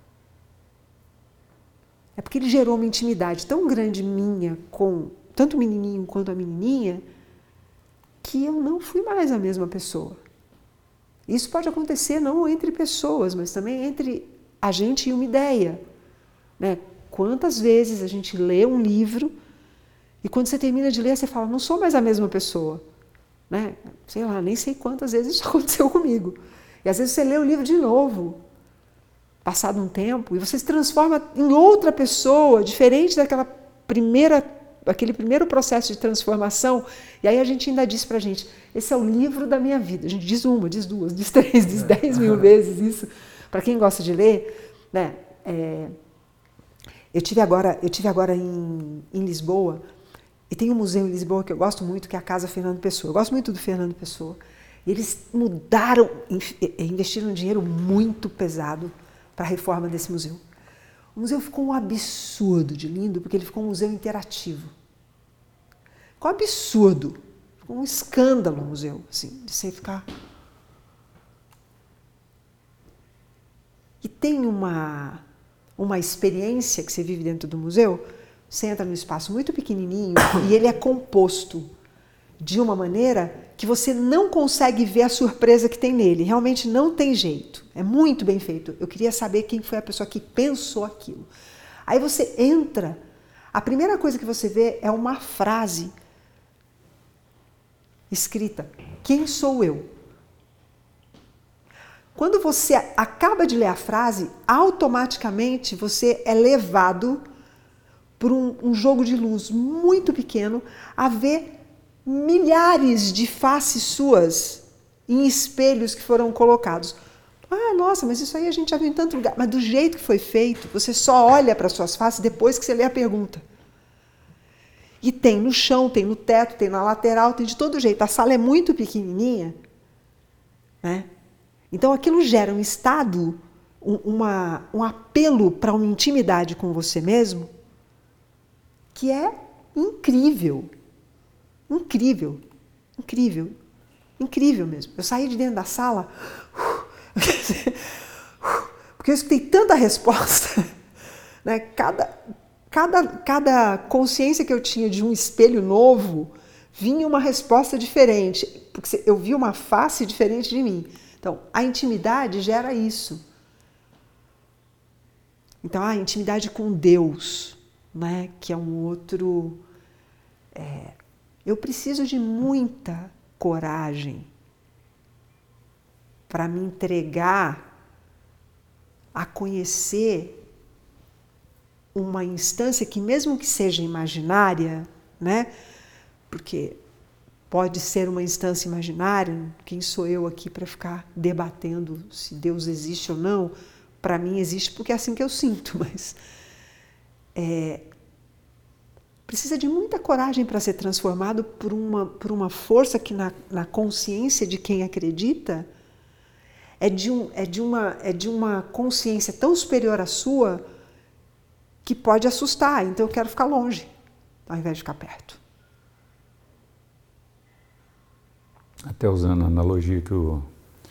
É porque ele gerou uma intimidade tão grande minha com... tanto o menininho quanto a menininha, que eu não fui mais a mesma pessoa. Isso pode acontecer não entre pessoas, mas também entre a gente e uma ideia. Né? Quantas vezes a gente lê um livro e quando você termina de ler, você fala, não sou mais a mesma pessoa. Né? Sei lá, nem sei quantas vezes isso aconteceu comigo. E às vezes você lê o livro de novo, passado um tempo, e você se transforma em outra pessoa, diferente daquela primeira aquele primeiro processo de transformação, e aí a gente ainda diz pra gente, esse é o livro da minha vida. A gente diz uma, diz duas, diz três, diz dez mil vezes isso. Para quem gosta de ler, né? É, eu tive agora, eu tive agora em, em Lisboa, e tem um museu em Lisboa que eu gosto muito, que é a Casa Fernando Pessoa. Eu gosto muito do Fernando Pessoa. E eles mudaram, investiram um dinheiro muito pesado para a reforma desse museu. O museu ficou um absurdo de lindo, porque ele ficou um museu interativo. Ficou um absurdo. ficou um escândalo o museu, assim, de você ficar... E tem uma, uma experiência que você vive dentro do museu, você entra num espaço muito pequenininho e ele é composto de uma maneira que você não consegue ver a surpresa que tem nele. Realmente não tem jeito. É muito bem feito. Eu queria saber quem foi a pessoa que pensou aquilo. Aí você entra, a primeira coisa que você vê é uma frase escrita: quem sou eu? Quando você acaba de ler a frase, automaticamente você é levado por um, um jogo de luz muito pequeno a ver milhares de faces suas em espelhos que foram colocados. Ah, nossa, mas isso aí a gente já viu em tanto lugar. Mas do jeito que foi feito, você só olha para as suas faces depois que você lê a pergunta. E tem no chão, tem no teto, tem na lateral, tem de todo jeito. A sala é muito pequenininha, né? Então aquilo gera um estado, um, uma, um apelo para uma intimidade com você mesmo que é incrível. Incrível, incrível, incrível mesmo. Eu saí de dentro da sala porque eu escutei tanta resposta, né? Cada, cada, cada consciência que eu tinha de um espelho novo, vinha uma resposta diferente, porque eu vi uma face diferente de mim. Então, a intimidade gera isso. Então, a intimidade com Deus, né? Que é um outro... É, eu preciso de muita coragem para me entregar a conhecer uma instância que, mesmo que seja imaginária, né? Porque pode ser uma instância imaginária, quem sou eu aqui para ficar debatendo se Deus existe ou não? Para mim existe porque é assim que eu sinto, mas é, precisa de muita coragem para ser transformado por uma, por uma força que na, na consciência de quem acredita é de, um, é, de uma, é de uma consciência tão superior à sua que pode assustar. Então eu quero ficar longe ao invés de ficar perto.
Até usando a analogia que o,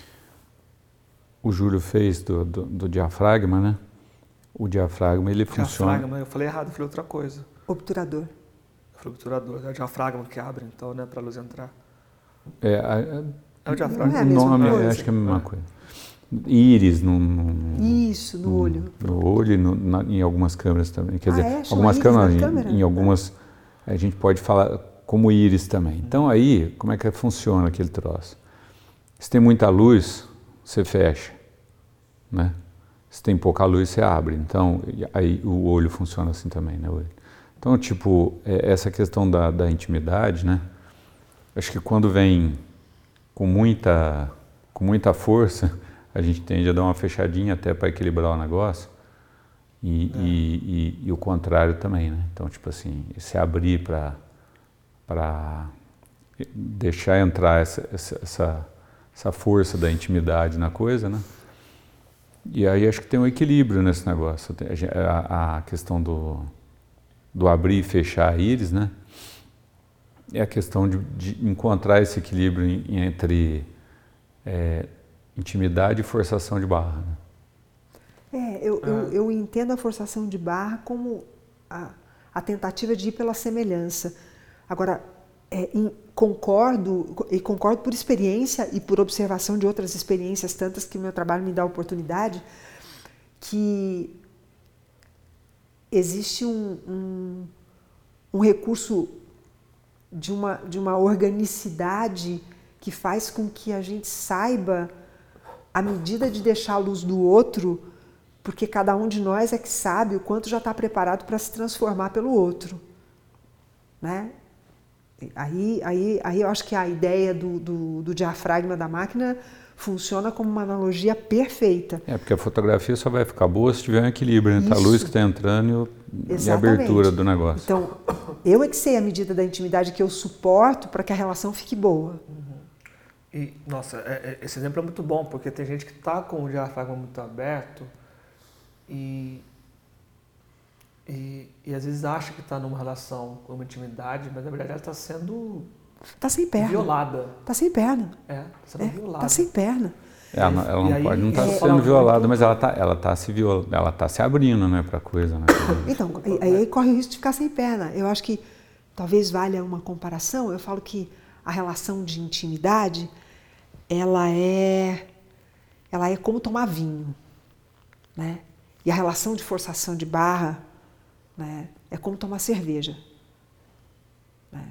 o Júlio fez do, do, do diafragma, né? O diafragma, ele
diafragma,
funciona...
Diafragma, eu falei errado, eu falei outra coisa.
Obturador.
Eu falei obturador, é o diafragma que abre, então, né, para a luz entrar.
É, a, a,
é o diafragma.
Não é a
o
mesma
nome,
coisa?
acho que é a mesma coisa. Íris no, no,
Isso, no, no olho.
No olho e no, na, em algumas câmeras também. Quer
Ah,
dizer,
é?
algumas
íris
câmeras,
na
em,
câmera?
em algumas a gente pode falar como íris também. Então aí, como é que funciona aquele troço? Se tem muita luz, você fecha, né? Se tem pouca luz, você abre. Então, aí o olho funciona assim também, né? Então, tipo, essa questão da, da intimidade, né? Acho que quando vem com muita, com muita força, a gente tende a dar uma fechadinha até para equilibrar o negócio. E, é. e, e, e o contrário também, né? Então, tipo assim, se abrir para para deixar entrar essa, essa, essa, essa força da intimidade na coisa, né? E aí acho que tem um equilíbrio nesse negócio. A, a questão do, do abrir e fechar a íris, né? É a questão de, de encontrar esse equilíbrio entre é, intimidade e forçação de barra, né?
É, eu, eu, eu entendo a forçação de barra como a, a tentativa de ir pela semelhança. Agora, é, em, concordo, e concordo por experiência e por observação de outras experiências, tantas que o meu trabalho me dá a oportunidade, que existe um, um, um recurso de uma, de uma organicidade que faz com que a gente saiba a medida de deixar a luz do outro, porque cada um de nós é que sabe o quanto já está preparado para se transformar pelo outro, né? Aí, aí, aí eu acho que a ideia do, do, do diafragma da máquina funciona como uma analogia perfeita.
É, porque a fotografia só vai ficar boa se tiver um equilíbrio entre Isso. a luz que está entrando e, e a abertura do negócio.
Então, eu é que sei a medida da intimidade que eu suporto para que a relação fique boa.
Uhum. E, nossa, é, é, esse exemplo é muito bom, porque tem gente que está com o diafragma muito aberto e, e, e às vezes acha que está numa relação com uma intimidade, mas na verdade ela está sendo
Tá sem perna.
Violada.
Tá sem perna.
É, sendo
É,
violada.
tá sem perna.
Ela não, ela não
aí,
pode não estar
é,
sendo violada,
muito...
mas ela está ela tá se, viol, ela tá se abrindo, né, para coisa. Né?
Então, aí, aí corre o risco de ficar sem perna. Eu acho que talvez valha uma comparação. Eu falo que a relação de intimidade, ela é, ela é como tomar vinho, né? E a relação de forçação de barra, né, é como tomar cerveja. Né?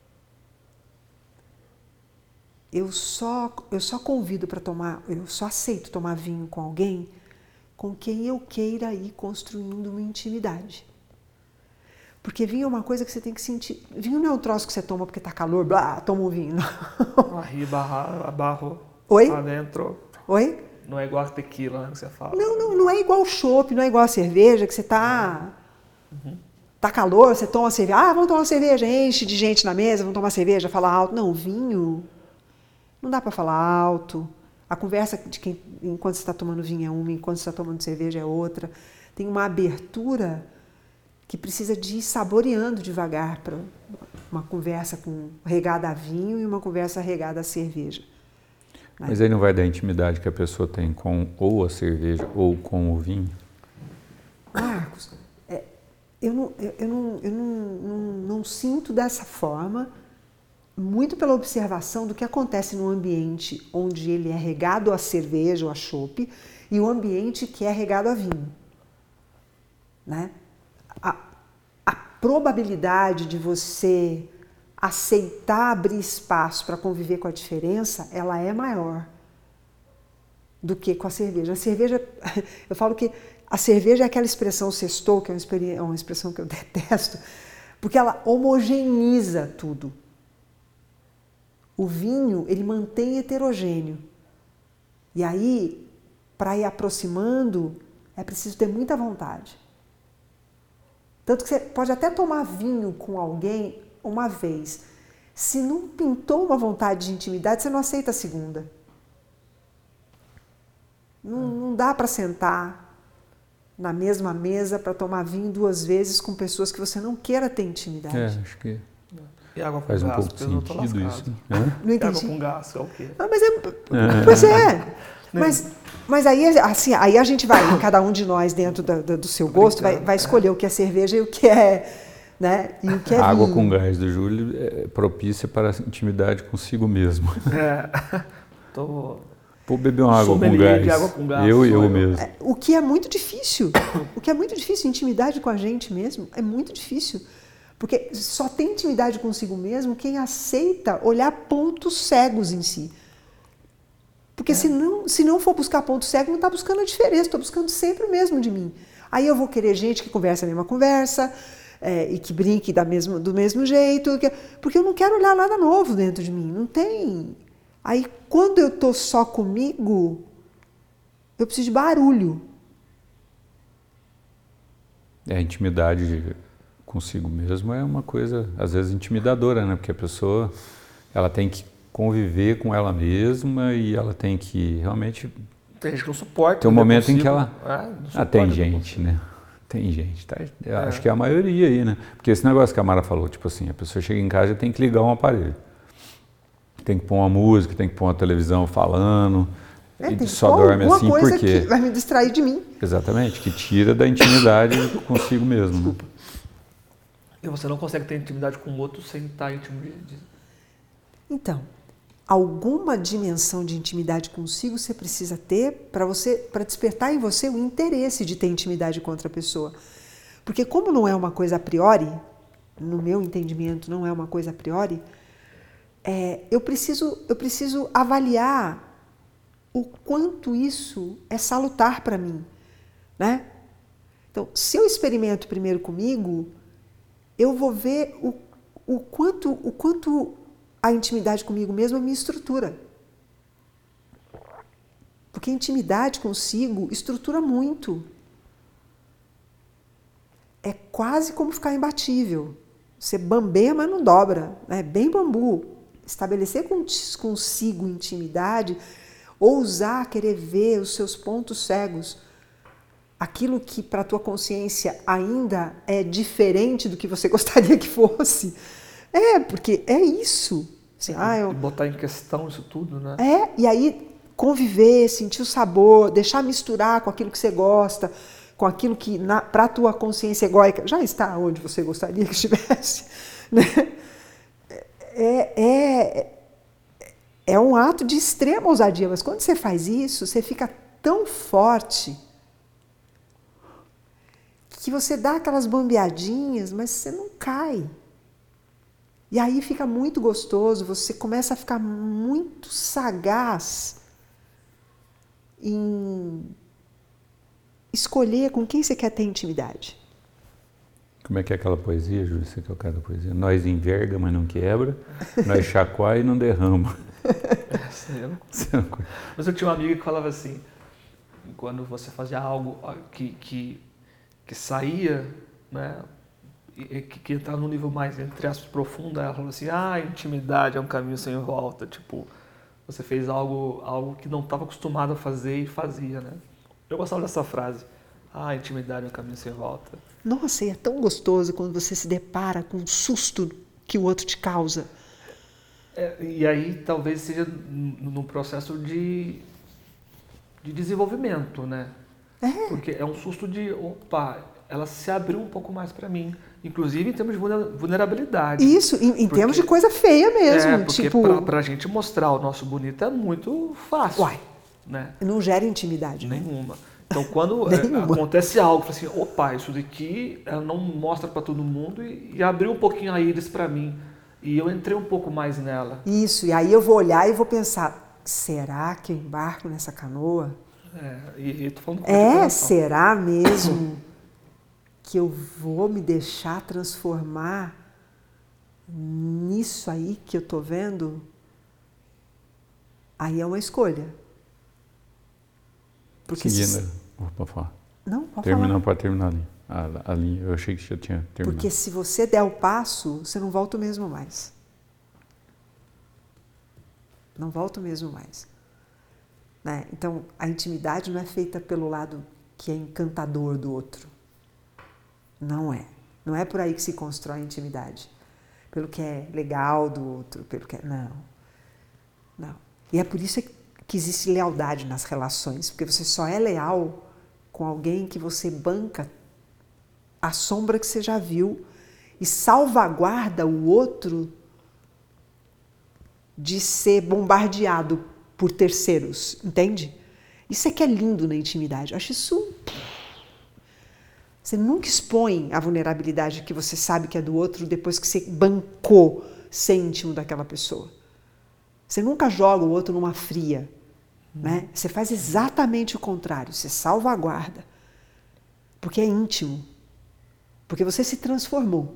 Eu só, eu só convido para tomar, eu só aceito tomar vinho com alguém com quem eu queira ir construindo uma intimidade. Porque vinho é uma coisa que você tem que sentir. Vinho não é um troço que você toma porque tá calor, blá, toma um vinho. Não.
Aí barra, barro
Oi?
lá dentro.
Oi?
Não é igual a tequila, né, que você fala.
Não, não, não é igual o chopp, não é igual a cerveja, que você tá... Uhum. Tá calor, você toma cerveja. Ah, vamos tomar uma cerveja, enche de gente na mesa, vamos tomar cerveja, fala alto. Não, vinho... Não dá para falar alto. A conversa de quem, enquanto você está tomando vinho é uma, enquanto você está tomando cerveja é outra. Tem uma abertura que precisa de ir saboreando devagar para uma conversa com, regada a vinho e uma conversa regada a cerveja.
Mas aí não vai dar intimidade que a pessoa tem com ou a cerveja ou com o vinho?
Marcos, é, eu, não, eu, eu, não, eu não, não, não sinto dessa forma, muito pela observação do que acontece no ambiente onde ele é regado a cerveja ou a chopp e o ambiente que é regado a vinho. Né? A, a probabilidade de você aceitar abrir espaço para conviver com a diferença, ela é maior do que com a cerveja. A cerveja, eu falo que a cerveja é aquela expressão sextou, que é uma, é uma expressão que eu detesto, porque ela homogeneiza tudo. O vinho, ele mantém heterogêneo. E aí, para ir aproximando, é preciso ter muita vontade. Tanto que você pode até tomar vinho com alguém uma vez. Se não pintou uma vontade de intimidade, você não aceita a segunda. Não, não dá para sentar na mesma mesa para tomar vinho duas vezes com pessoas que você não queira ter intimidade.
É, acho que
e água com
faz um
gás,
pouco de sentido isso. Né?
Não entendi.
Água com gás, é o quê?
Ah, mas é, é. Pois é. Mas, mas aí, assim, aí a gente vai, cada um de nós, dentro do, do, do seu gosto, vai, vai escolher é. o que é cerveja e o que é, né, e o que é
a água
vinho.
com gás do Júlio é propícia para a intimidade consigo mesmo.
É. Tô...
Vou beber uma água com, gás.
água com gás.
Eu e eu,
eu
mesmo.
É, o que é muito difícil. O que é muito difícil, intimidade com a gente mesmo, é muito difícil. Porque só tem intimidade consigo mesmo quem aceita olhar pontos cegos em si. Porque é. se, não, se não for buscar ponto cego, não está buscando a diferença, estou buscando sempre o mesmo de mim. Aí eu vou querer gente que conversa a mesma conversa, é, e que brinque da mesmo, do mesmo jeito, que, porque eu não quero olhar nada novo dentro de mim, não tem. Aí quando eu estou só comigo, eu preciso de barulho.
É, a intimidade consigo mesmo é uma coisa, às vezes, intimidadora, né? Porque a pessoa, ela tem que conviver com ela mesma e ela tem que realmente...
Tem gente que não suporta.
Tem um momento em que ela...
É,
ah, tem gente, né? Tem gente, tá? Eu é. acho que é a maioria aí, né? Porque esse negócio que a Mara falou, tipo assim, a pessoa chega em casa e tem que ligar um aparelho. Tem que pôr uma música, tem que pôr uma televisão falando...
É,
e só dorme assim
coisa
porque...
que vai me distrair de mim.
Exatamente, que tira da intimidade consigo mesmo.
Desculpa. Né? E você não consegue ter intimidade com o outro sem estar íntimo de...
Então, alguma dimensão de intimidade consigo você precisa ter para você, para despertar em você o interesse de ter intimidade com outra pessoa. Porque como não é uma coisa a priori, no meu entendimento não é uma coisa a priori, é, eu preciso, eu preciso avaliar o quanto isso é salutar para mim, né? Então, se eu experimento primeiro comigo, eu vou ver o, o, quanto, o quanto a intimidade comigo mesma me estrutura. Porque a intimidade consigo estrutura muito. É quase como ficar imbatível. Você bambeia, mas não dobra. É bem bambu. Estabelecer consigo intimidade... ousar querer ver os seus pontos cegos, aquilo que para a tua consciência ainda é diferente do que você gostaria que fosse. É, porque é isso. Assim, ah, eu...
E botar em questão isso tudo, né?
É, e aí conviver, sentir o sabor, deixar misturar com aquilo que você gosta, com aquilo que para a tua consciência egóica já está onde você gostaria que estivesse, né? É, é, é um ato de extrema ousadia, mas quando você faz isso, você fica tão forte que você dá aquelas bambeadinhas, mas você não cai. E aí fica muito gostoso, você começa a ficar muito sagaz em escolher com quem você quer ter intimidade.
Como é que é aquela poesia, Júlio? Você que é o cara da poesia. Nós enverga, mas não quebra. Nós chacoalha e não derrama.
Essa eu não consigo. Mas eu tinha uma amiga que falava assim, quando você fazia algo que, que, que saía, né, e, que, que entrava num nível mais, entre aspas, profundo, ela falou assim, ah, intimidade é um caminho sem volta. Tipo, você fez algo, algo que não estava acostumado a fazer e fazia, né? Eu gostava dessa frase. Ah, intimidade é um caminho sem volta.
Nossa, e é tão gostoso quando você se depara com um susto que o outro te causa.
É, e aí talvez seja no processo de, de desenvolvimento, né?
É.
Porque é um susto de, opa, ela se abriu um pouco mais para mim. Inclusive em termos de vulnerabilidade.
Isso, em, em porque, termos de coisa feia mesmo.
É, porque
tipo...
pra, pra gente mostrar o nosso bonito é muito fácil.
Uai,
né?
Não gera intimidade.
Nenhuma. Né? Então, quando é, acontece algo, assim, opa, isso daqui ela não mostra para todo mundo e, e abriu um pouquinho a íris para mim. E eu entrei um pouco mais nela.
Isso, e aí eu vou olhar e vou pensar, será que eu embarco nessa canoa?
É, e, e tô falando com
É, será mesmo que eu vou me deixar transformar nisso aí que eu tô vendo? Aí é uma escolha. Porque
Seguindo,
se...
Opa, falar.
Não, pode
Terminar,
falar.
pode terminar ali. A, a linha, eu achei que já tinha terminado.
Porque se você der o passo, você não volta mesmo mais. Não volta mesmo mais. Né? Então, a intimidade não é feita pelo lado que é encantador do outro. Não é. Não é por aí que se constrói a intimidade. Pelo que é legal do outro, pelo que é... Não. Não. E é por isso que existe lealdade nas relações, porque você só é leal com alguém que você banca a sombra que você já viu e salvaguarda o outro de ser bombardeado por terceiros, entende? Isso é que é lindo na intimidade. Eu acho isso... Você nunca expõe a vulnerabilidade que você sabe que é do outro depois que você bancou ser íntimo daquela pessoa. Você nunca joga o outro numa fria, hum. né? Você faz exatamente o contrário, você salvaguarda, porque é íntimo, porque você se transformou.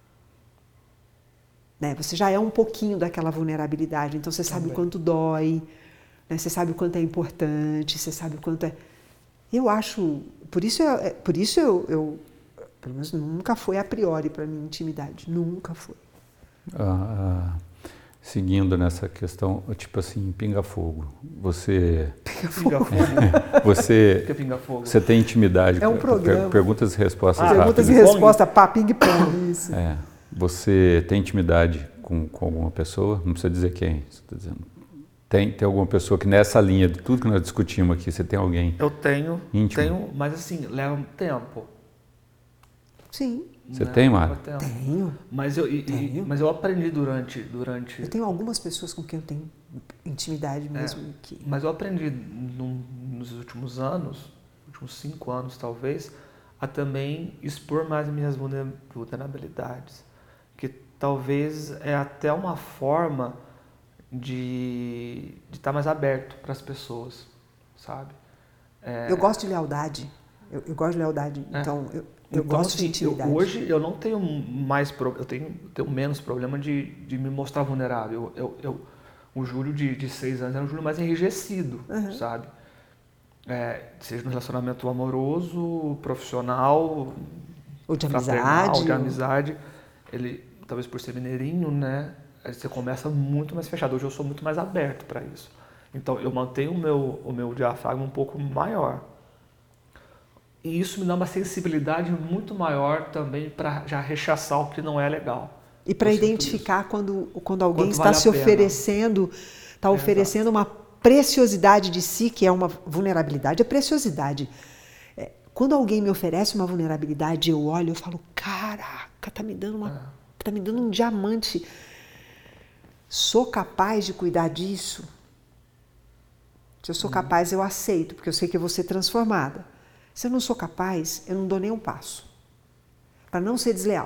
Né? Você já é um pouquinho daquela vulnerabilidade, então você sabe Também. o quanto dói, né? Você sabe o quanto é importante, você sabe o quanto é... Eu acho... Por isso, eu, por isso eu, eu, pelo menos nunca foi a priori para mim intimidade, nunca foi.
Ah, seguindo nessa questão, tipo assim, pinga-fogo. Você...
Pinga-fogo.
você,
pinga-fogo?
Você tem intimidade.
É um programa.
Perguntas e respostas
ah,
rápidas.
Perguntas e respostas, pá, ping-pong, isso.
É. Você tem intimidade com, com alguma pessoa? Não precisa dizer quem, você está dizendo. Tem, tem alguma pessoa que nessa linha de tudo que nós discutimos aqui, você tem alguém
Eu tenho,
íntimo?
tenho, mas assim, leva um tempo.
Sim.
Você tem, Mara?
Tenho.
Mas eu, e,
tenho.
mas eu aprendi durante, durante...
Eu tenho algumas pessoas com quem eu tenho intimidade mesmo.
É,
que...
Mas eu aprendi num, nos últimos anos, últimos cinco anos talvez, a também expor mais minhas vulnerabilidades. Que talvez é até uma forma... de estar mais aberto para as pessoas, sabe? É...
Eu gosto de lealdade, eu, eu gosto de lealdade, é. então eu, eu então, gosto assim, de intimidade.
Eu, hoje eu não tenho mais, pro... eu tenho, tenho menos problema de, de me mostrar vulnerável. Eu, eu, eu, o Júlio de, de seis anos era um Júlio mais enrijecido, uhum. sabe? É, seja no relacionamento amoroso, profissional,
ou de amizade,
ou de amizade. Ele, talvez por ser mineirinho, né? Você começa muito mais fechado. Hoje eu sou muito mais aberto para isso. Então eu mantenho o meu, o meu diafragma um pouco maior. E isso me dá uma sensibilidade muito maior também para já rechaçar o que não é legal.
E para identificar quando, quando alguém
Quanto
está
vale
se
a pena.
oferecendo, está
É,
oferecendo uma preciosidade de si, que é uma vulnerabilidade, é preciosidade. É, quando alguém me oferece uma vulnerabilidade, eu olho e falo, caraca, tá me dando uma,
É.
tá me dando um diamante. Sou capaz de cuidar disso? Se eu sou
Uhum.
capaz, eu aceito, porque eu sei que eu vou ser transformada. Se eu não sou capaz, eu não dou nem um passo. Para não ser desleal.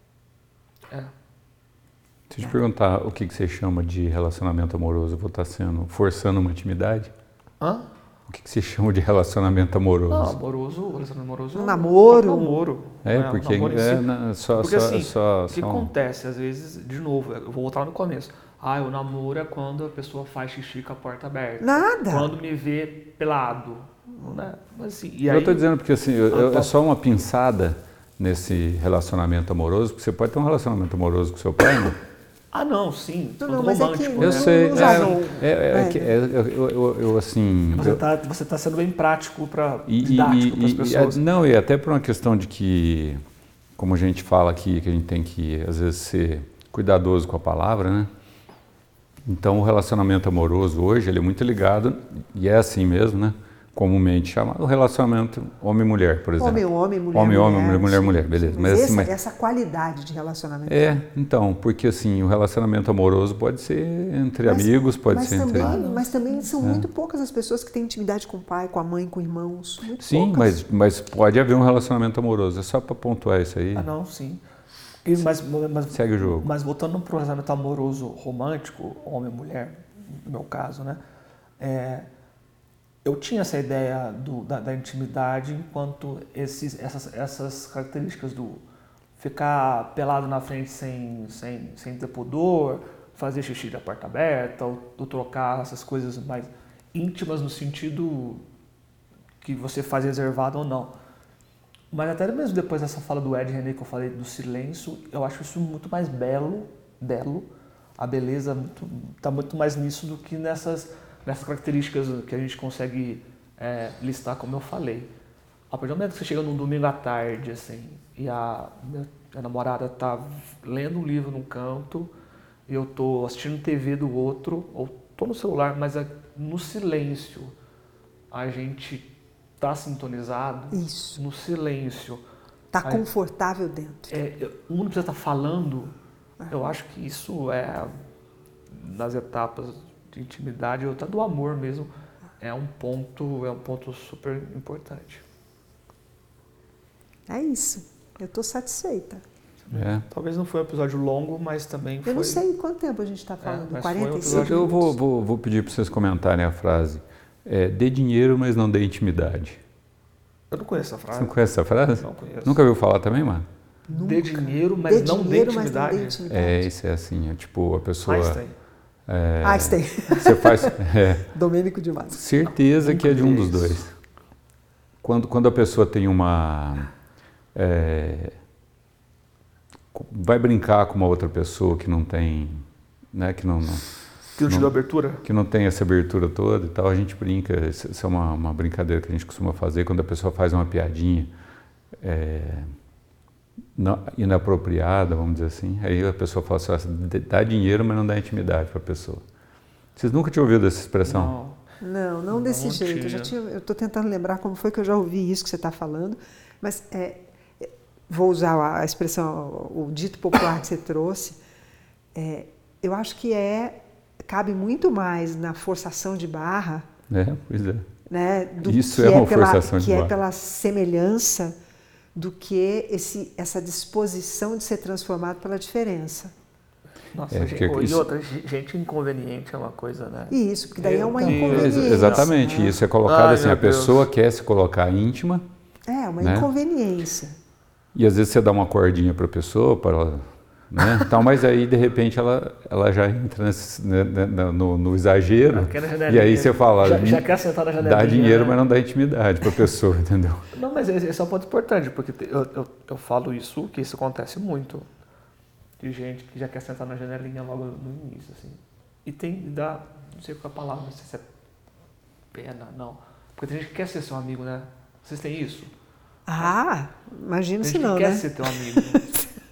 É.
Deixa eu te perguntar, o que que você chama de relacionamento amoroso? Eu vou estar sendo, forçando uma intimidade?
Hã?
O que que você chama de relacionamento amoroso?
Não, amoroso, relacionamento amoroso.
Um
é
namoro.
Um namoro.
É,
né? Um
porque
namoro em
é,
si.
na- só,
Porque
só,
assim,
só,
o que
só um-
acontece, às vezes, de novo, eu vou voltar no começo. Ah, o namoro é quando a pessoa faz xixi com a porta aberta.
Nada.
Quando me vê pelado. Né? Mas assim, e
Eu
aí,
estou dizendo porque assim, eu-
Ah,
eu-
tá.
é só uma pinçada nesse relacionamento amoroso, porque você pode ter um relacionamento amoroso com seu pai, né?
Ah, não, sim.
Não,
todo
não, mas é que
romântico.
não-
Eu
né?
sei,
não
é,
usa não.
é, é,
É.
que- é, eu, eu, eu- eu, assim...
Você
eu-
está você tá sendo bem prático, pra,
e-
didático para as
e- e-
pessoas.
e- não, e até por uma questão de que, como a gente fala aqui, que a gente tem que, às vezes, ser cuidadoso com a palavra, né? Então, o relacionamento amoroso hoje, ele é muito ligado, e é assim mesmo, né? Comumente chamado o relacionamento homem-mulher, por exemplo.
Homem, homem, mulher,
Homem, homem,
mulher,
mulher,
sim,
mulher,
sim.
beleza.
Mas,
Mas, assim,
essa,
mas-
essa qualidade de relacionamento.
É, então, porque assim, o relacionamento amoroso pode ser entre
Mas-
amigos, pode
mas
ser
também,
entre...
Mas também são muito poucas as pessoas que têm intimidade com o pai, com a mãe, com irmãos. Muito
Sim,
poucas.
mas, mas pode haver um relacionamento amoroso, é só para pontuar isso aí.
Ah, não, sim. E, mas, mas,
Segue o jogo.
Mas voltando para o relacionamento amoroso romântico, homem e mulher, no meu caso, né? É, eu tinha essa ideia do, da, da intimidade enquanto esses, essas, essas características do ficar pelado na frente sem, sem, sem ter pudor, fazer xixi da porta aberta, ou, ou trocar essas coisas mais íntimas no sentido que você faz reservado ou não. Mas até mesmo depois dessa fala do Ed René que eu falei do silêncio, eu acho isso muito mais belo, belo. A beleza está muito mais nisso do que nessas, nessas características que a gente consegue é, listar, como eu falei. A partir do momento que você chega num domingo à tarde, assim, e a minha, minha namorada está lendo um livro num canto, e eu estou assistindo T V do outro, ou estou no celular, mas é, no silêncio a gente está sintonizado.
Isso.
No silêncio.
Está
Aí-
confortável dentro.
É, eu- um não precisa estar falando. Eu acho que isso é, nas etapas de intimidade, ou até do amor mesmo, é um ponto, é um ponto super importante.
É isso. Eu estou satisfeita.
É.
Talvez não foi um episódio longo, mas também foi...
Eu não sei quanto tempo a gente está falando.
mas foi um
quarenta e cinco
Eu,
episódio-
eu vou,
minutos.
vou, vou pedir para vocês comentarem a frase. É, dê dinheiro, mas não dê intimidade.
Eu não conheço essa
Você
frase.
não conhece essa frase?
Não conheço.
Nunca ouviu falar também, mano?
Dê dinheiro, mas
Dê
não dê
dinheiro, mas não
intimidade.
dê intimidade.
É, isso é assim, é tipo a pessoa...
Einstein.
É,
Einstein.
você faz... É,
Domênico de Massa.
certeza que é de um dos
Nunca vi
dois. Quando, quando a pessoa tem uma... é, vai brincar com uma outra pessoa que não tem... Né, que não, não,
Que não te
Não.
deu abertura?
que não tem essa abertura toda e tal, a gente brinca, isso isso é uma, uma brincadeira que a gente costuma fazer quando a pessoa faz uma piadinha é, não- inapropriada, vamos dizer assim, aí a pessoa fala assim, "Ah, dá dinheiro, mas não dá intimidade para a pessoa." Vocês nunca tinham ouvido essa expressão?
Não.
Não, não desse
Não
jeito. Eu já
tinha.
tinha, eu estou tentando lembrar como foi que eu já ouvi isso que você está falando, mas é, é, vou usar a expressão, o dito popular que você trouxe. É, eu acho que é cabe muito mais na forçação de barra,
É, pois é.
né, do
Isso
que
é uma
pela,
forçação de
que é
barra.
pela semelhança, do que esse, essa disposição de ser transformado pela diferença.
Nossa,
É,
gente,
porque
e
isso-
outra, gente inconveniente é uma coisa, né?
E isso, porque daí é
Meu
uma
Deus.
inconveniência.
Ex- exatamente,
né?
isso é colocado
Ai,
assim,
meu
a pessoa
Deus.
quer se colocar íntima
É, uma
né?
inconveniência.
e às vezes você dá uma cordinha para a pessoa, para ela, né, tal, mas aí de repente ela, ela já entra nesse, né, né, no, no exagero.
Ela quer na
E
janelinha.
aí você fala,
Já, já quer sentar na janelinha.
dá dinheiro,
né?
mas não dá intimidade para a pessoa, entendeu?
Não, mas esse esse é um ponto importante, porque te- eu, eu, eu falo isso, que isso acontece muito. De gente que já quer sentar na janelinha logo no início, assim. E tem, dá, não sei qual é a palavra, não sei se é pena, não. Porque tem gente que quer ser seu amigo, né? Vocês têm isso?
Ah, imagino
Tem
se
gente
não,
que quer
né?
ser teu amigo.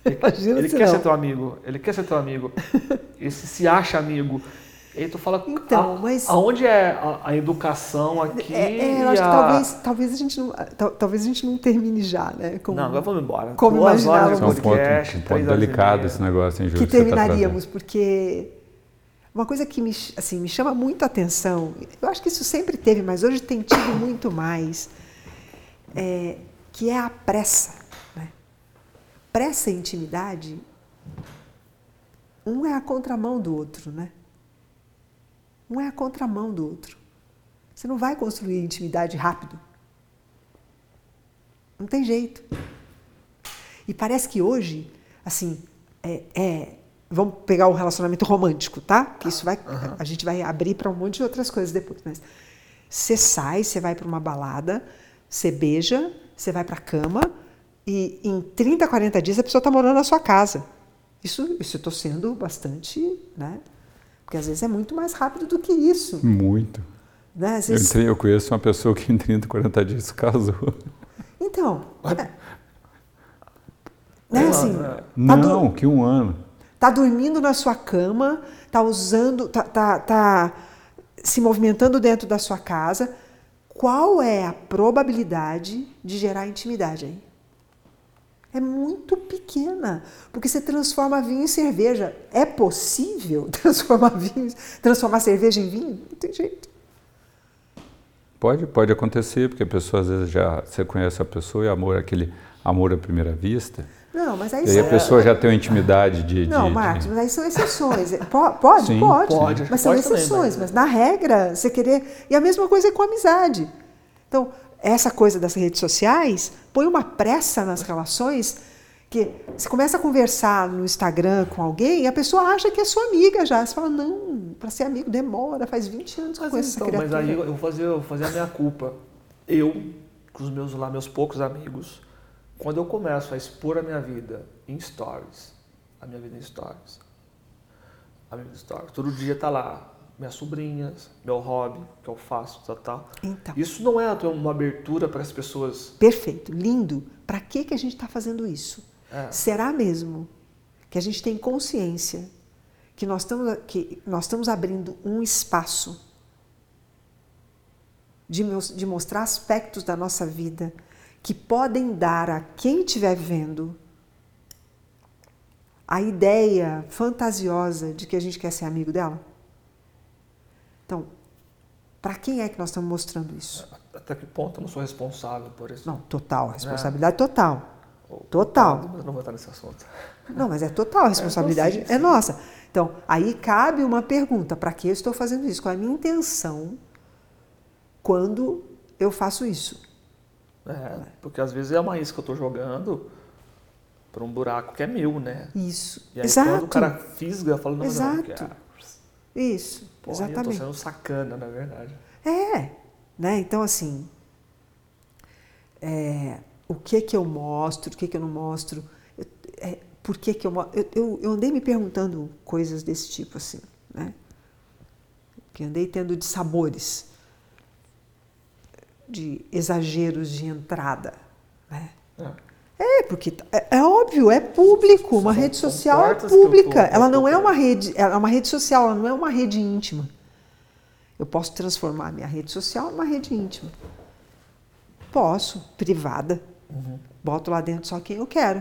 Imagina
ele
se
quer
não.
ser teu amigo, ele quer ser teu amigo, ele se, se acha amigo. E aí tu fala,
Então,
a,
mas...
aonde é a, a educação aqui
É, é, eu
e
acho que
a...
talvez, talvez, a gente não, tal- talvez a gente não termine já, né? Como,
Não, agora vamos embora.
como
Duas horas
imaginávamos.
de
É um ponto,
podcast,
um ponto
três horas e
delicado
meia.
esse negócio, hein, Júlio?
que
você tá
terminaríamos,
trazendo.
porque uma coisa que me, assim, me chama muito a atenção, eu acho que isso sempre teve, mas hoje tem tido muito mais, é, que é a pressa. Né? Pressa e intimidade, um é a contramão do outro, né? Um é a contramão do outro. Você não vai construir intimidade rápido. Não tem jeito. E parece que hoje, assim, é, é, vamos pegar o relacionamento romântico, tá? Que isso vai, uhum. a gente vai abrir para um monte de outras coisas depois. Mas você sai, você vai para uma balada, você beija, você vai para a cama e em trinta, quarenta dias a pessoa está morando na sua casa. Isso, isso eu estou sendo bastante, né? Porque às vezes é muito mais rápido do que isso.
Muito.
Né? Às
Eu,
vezes...
entrei, eu conheço uma pessoa que em trinta, quarenta dias se casou.
Então, é, né, assim,
não,
tá du-
que um ano.
Tá dormindo na sua cama, tá usando, tá, tá, tá se movimentando dentro da sua casa. Qual é a probabilidade de gerar intimidade aí? É muito pequena, porque você transforma vinho em cerveja. É possível transformar vinho, transformar cerveja em vinho? Não tem jeito.
Pode, pode acontecer, porque a pessoa às vezes já você conhece a pessoa e amor, aquele amor à primeira vista.
Não, mas aí
E aí a
são...
pessoa já tem uma intimidade de...
Não,
de,
Marcos,
de...
mas aí são exceções. Pode? Pode,
Sim,
pode,
pode,
mas são
pode também,
exceções.
mas-
Mas na regra, você querer... E a mesma coisa é com a amizade. Então, essa coisa das redes sociais põe uma pressa nas relações que você começa a conversar no Instagram com alguém e a pessoa acha que é sua amiga já. Você fala, não, para ser amigo demora, faz vinte anos que eu
Mas,
conheço
então,
essa
mas
criatura.
aí eu vou fazer, eu vou fazer a minha culpa. Eu, com os meus lá, meus poucos amigos, quando eu começo a expor a minha vida em stories, a minha vida em stories, a minha vida em stories, todo dia tá lá, minhas sobrinhas, meu hobby, que eu faço, tal, tal.
Então.
Isso não é uma abertura para as pessoas.
Perfeito, lindo. Para que, que a gente está fazendo isso?
É.
Será mesmo que a gente tem consciência que nós estamos, que nós estamos abrindo um espaço de, de mostrar aspectos da nossa vida que podem dar a quem estiver vendo a ideia fantasiosa de que a gente quer ser amigo dela? Então, para quem é que nós estamos mostrando isso?
Até que ponto eu não sou responsável por isso?
Não, total, responsabilidade total.
Ou-
Total.
Mas eu não vou entrar nesse assunto.
Não, mas é total, a responsabilidade
É, então, sim,
é
sim.
nossa. Então, aí cabe uma pergunta, para que eu estou fazendo isso? Qual é a minha intenção quando eu faço isso?
É, porque às vezes é uma isca que eu tô jogando para um buraco que é meu, né?
Isso.
E aí
Exato.
quando o cara fisga, eu falo, não, mas eu não
Exato.
quero.
Isso,
Pô, aí eu tô
exatamente.
sendo sacana, na verdade.
É, né? Então, assim, é, o que que eu mostro, o que que eu não mostro, eu, é, por que que eu mostro... Eu, eu, eu andei me perguntando coisas desse tipo, assim, né? Que andei tendo de sabores, de exageros de entrada, né?
É.
É, porque é, é óbvio, é público, uma
São-
rede
são
social é
portas que eu
pública.
tô-
Ela
eu tô
não é uma
querendo.
rede, ela é uma rede social, ela não é uma rede íntima. Eu posso transformar a minha rede social numa rede íntima. Posso, privada.
Uhum.
Boto lá dentro só quem eu quero.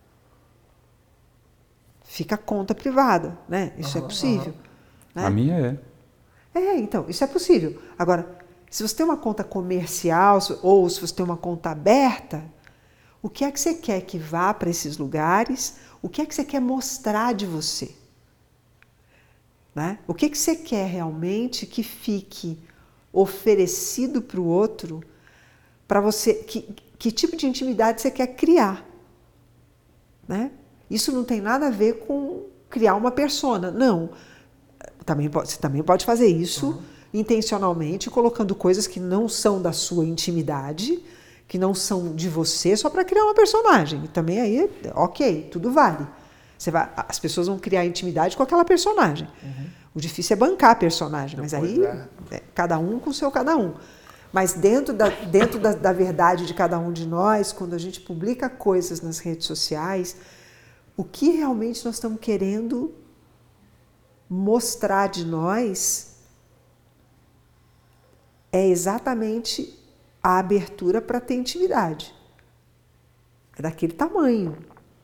Fica a conta privada, né? Isso
Aham,
é possível. Né?
A minha é.
É, então, isso é possível. Agora, se você tem uma conta comercial ou se você tem uma conta aberta, o que é que você quer que vá para esses lugares? O que é que você quer mostrar de você? Né? O que é que você quer realmente que fique oferecido para o outro, para você, que, que tipo de intimidade você quer criar? Né? Isso não tem nada a ver com criar uma persona, não. Também pode, você também pode fazer isso uhum. intencionalmente, colocando coisas que não são da sua intimidade, que não são de você, só para criar uma personagem. E também aí, ok, tudo vale. Você vai, as pessoas vão criar intimidade com aquela personagem. Uhum. O difícil é bancar a personagem, Depois, mas aí é. É, cada um com o seu cada um. Mas dentro, da, dentro da, da verdade de cada um de nós, quando a gente publica coisas nas redes sociais, o que realmente nós estamos querendo mostrar de nós é exatamente a abertura para ter intimidade. É daquele tamanho.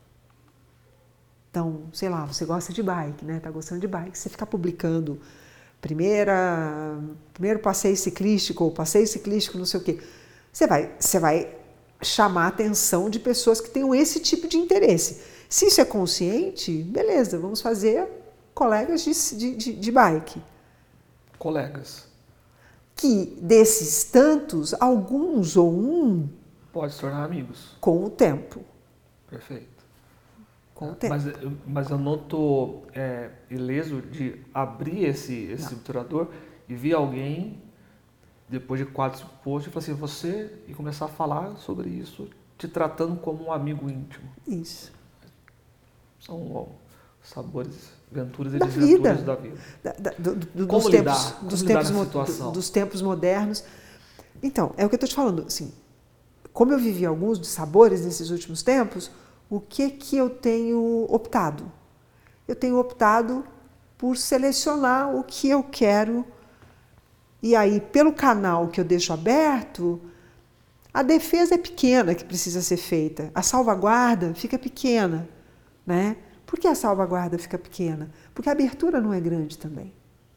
Então, sei lá, você gosta de bike, né? Tá gostando de bike, você fica publicando primeira, primeiro passeio ciclístico ou passeio ciclístico, não sei o quê. Você vai, você vai chamar a atenção de pessoas que tenham esse tipo de interesse. Se isso é consciente, beleza, vamos fazer colegas de, de, de bike.
Colegas.
Que desses tantos, alguns ou um...
Pode se tornar amigos.
Com o tempo.
Perfeito.
Com o tempo.
Mas, mas eu não estou é, ileso de abrir esse, esse obturador e ver alguém, depois de quatro, cinco posts, e falar assim, você, e começar a falar sobre isso, te tratando como um amigo íntimo.
Isso.
São ó, sabores, aventuras e
da
desventuras
vida.
da vida.
Da, da, do, do,
como
dos
lidar,
tempos,
como
dos,
lidar
tempos
na situação.
dos tempos modernos. Então, é o que eu estou te falando. Assim, como eu vivi alguns dos sabores nesses últimos tempos, o que que eu tenho optado? Eu tenho optado por selecionar o que eu quero e aí, pelo canal que eu deixo aberto, a defesa é pequena que precisa ser feita, a salvaguarda fica pequena, né? Por que a salvaguarda fica pequena? Porque a abertura não é grande também.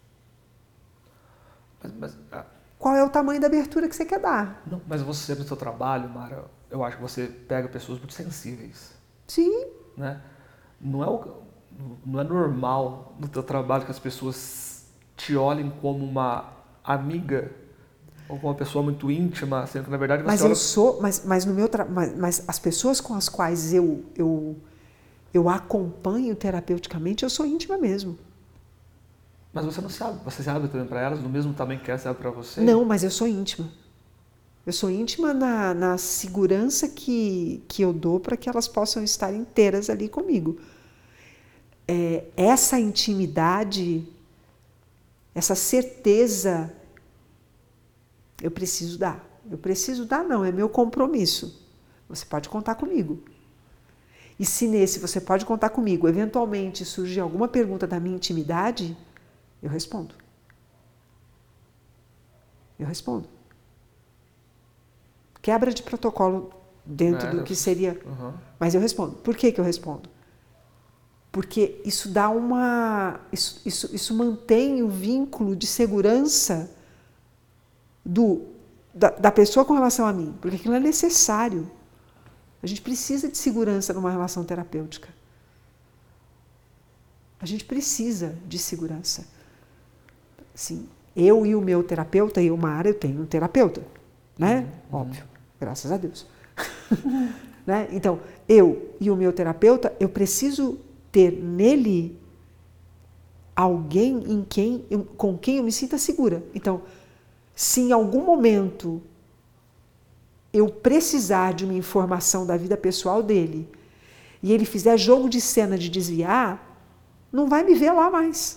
Mas, mas, ah,
Qual é o tamanho da abertura que você quer dar?
não, mas você, no seu trabalho, Mara, eu acho que você pega pessoas muito sensíveis.
Sim.
Né? Não é, o, não é normal no teu trabalho que as pessoas te olhem como uma amiga ou como uma pessoa muito íntima, sendo que na verdade você
Mas
olha...
eu sou, mas, mas no meu tra... mas, mas as pessoas com as quais eu, eu, eu acompanho terapeuticamente, eu sou íntima mesmo.
Mas você não se abre, você se abre também para elas, no mesmo tamanho que elas se abrem para você?
Não, mas eu sou íntima. Eu sou íntima na, na segurança que, que eu dou para que elas possam estar inteiras ali comigo. É, essa intimidade, essa certeza, eu preciso dar. Eu preciso dar, não, é meu compromisso. Você pode contar comigo. E se nesse você pode contar comigo, eventualmente surgir alguma pergunta da minha intimidade, eu respondo. Eu respondo. Quebra de protocolo dentro
É,
do que seria...
Uhum.
Mas eu respondo. Por que que eu respondo? Porque isso dá uma... Isso, isso, isso mantém o vínculo de segurança do, da, da pessoa com relação a mim. Porque aquilo é necessário. A gente precisa de segurança numa relação terapêutica. A gente precisa de segurança. Assim, eu e o meu terapeuta, eu, Mara, eu tenho um terapeuta. Né?
Uhum.
Óbvio. Graças a Deus. Né? Então, eu e o meu terapeuta, eu preciso ter nele alguém em quem eu, com quem eu me sinta segura. Então, se em algum momento eu precisar de uma informação da vida pessoal dele e ele fizer jogo de cena de desviar, não vai me ver lá mais.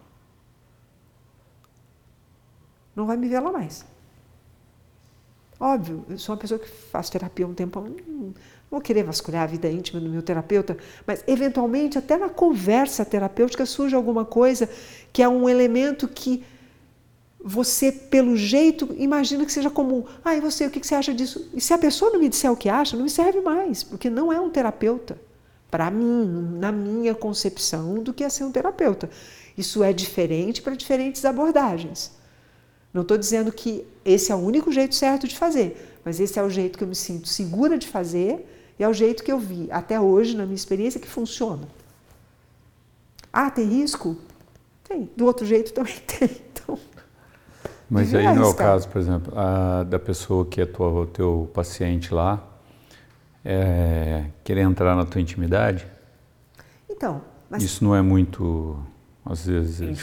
Não vai me ver lá mais. Óbvio, eu sou uma pessoa que faz terapia há um tempo, não vou querer vasculhar a vida íntima do meu terapeuta, mas eventualmente até na conversa terapêutica surge alguma coisa que é um elemento que você, pelo jeito, imagina que seja comum. Ah, e você, o que você acha disso? E se a pessoa não me disser o que acha, não me serve mais, porque não é um terapeuta, para mim, na minha concepção do que é ser um terapeuta. Isso é diferente para diferentes abordagens. Não estou dizendo que esse é o único jeito certo de fazer, mas esse é o jeito que eu me sinto segura de fazer e é o jeito que eu vi até hoje, na minha experiência, que funciona. Ah, tem risco? Tem. Do outro jeito também tem. Então,
mas aí não é o caso, por exemplo, a, da pessoa que é tua, o teu paciente lá, é, querer entrar na tua intimidade?
Então, mas...
Isso não é muito, às vezes...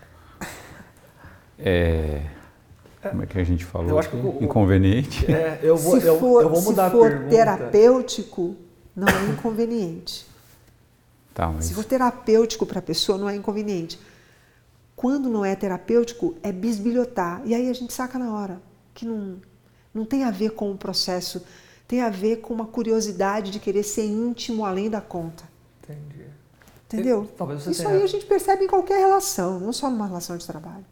É... Como é que a gente falou?
Eu acho que o,
inconveniente.
É, eu vou,
se
eu,
for,
eu vou mudar
se for
a pergunta.
terapêutico, não é inconveniente.
Tá, mas...
Se for terapêutico para a pessoa, não é inconveniente. Quando não é terapêutico, é bisbilhotar. E aí a gente saca na hora. Que não, não tem a ver com o processo, tem a ver com uma curiosidade de querer ser íntimo além da conta.
Entendi.
Entendeu?
E, talvez você
Isso
tenha...
aí a gente percebe em qualquer relação, não só numa relação de trabalho.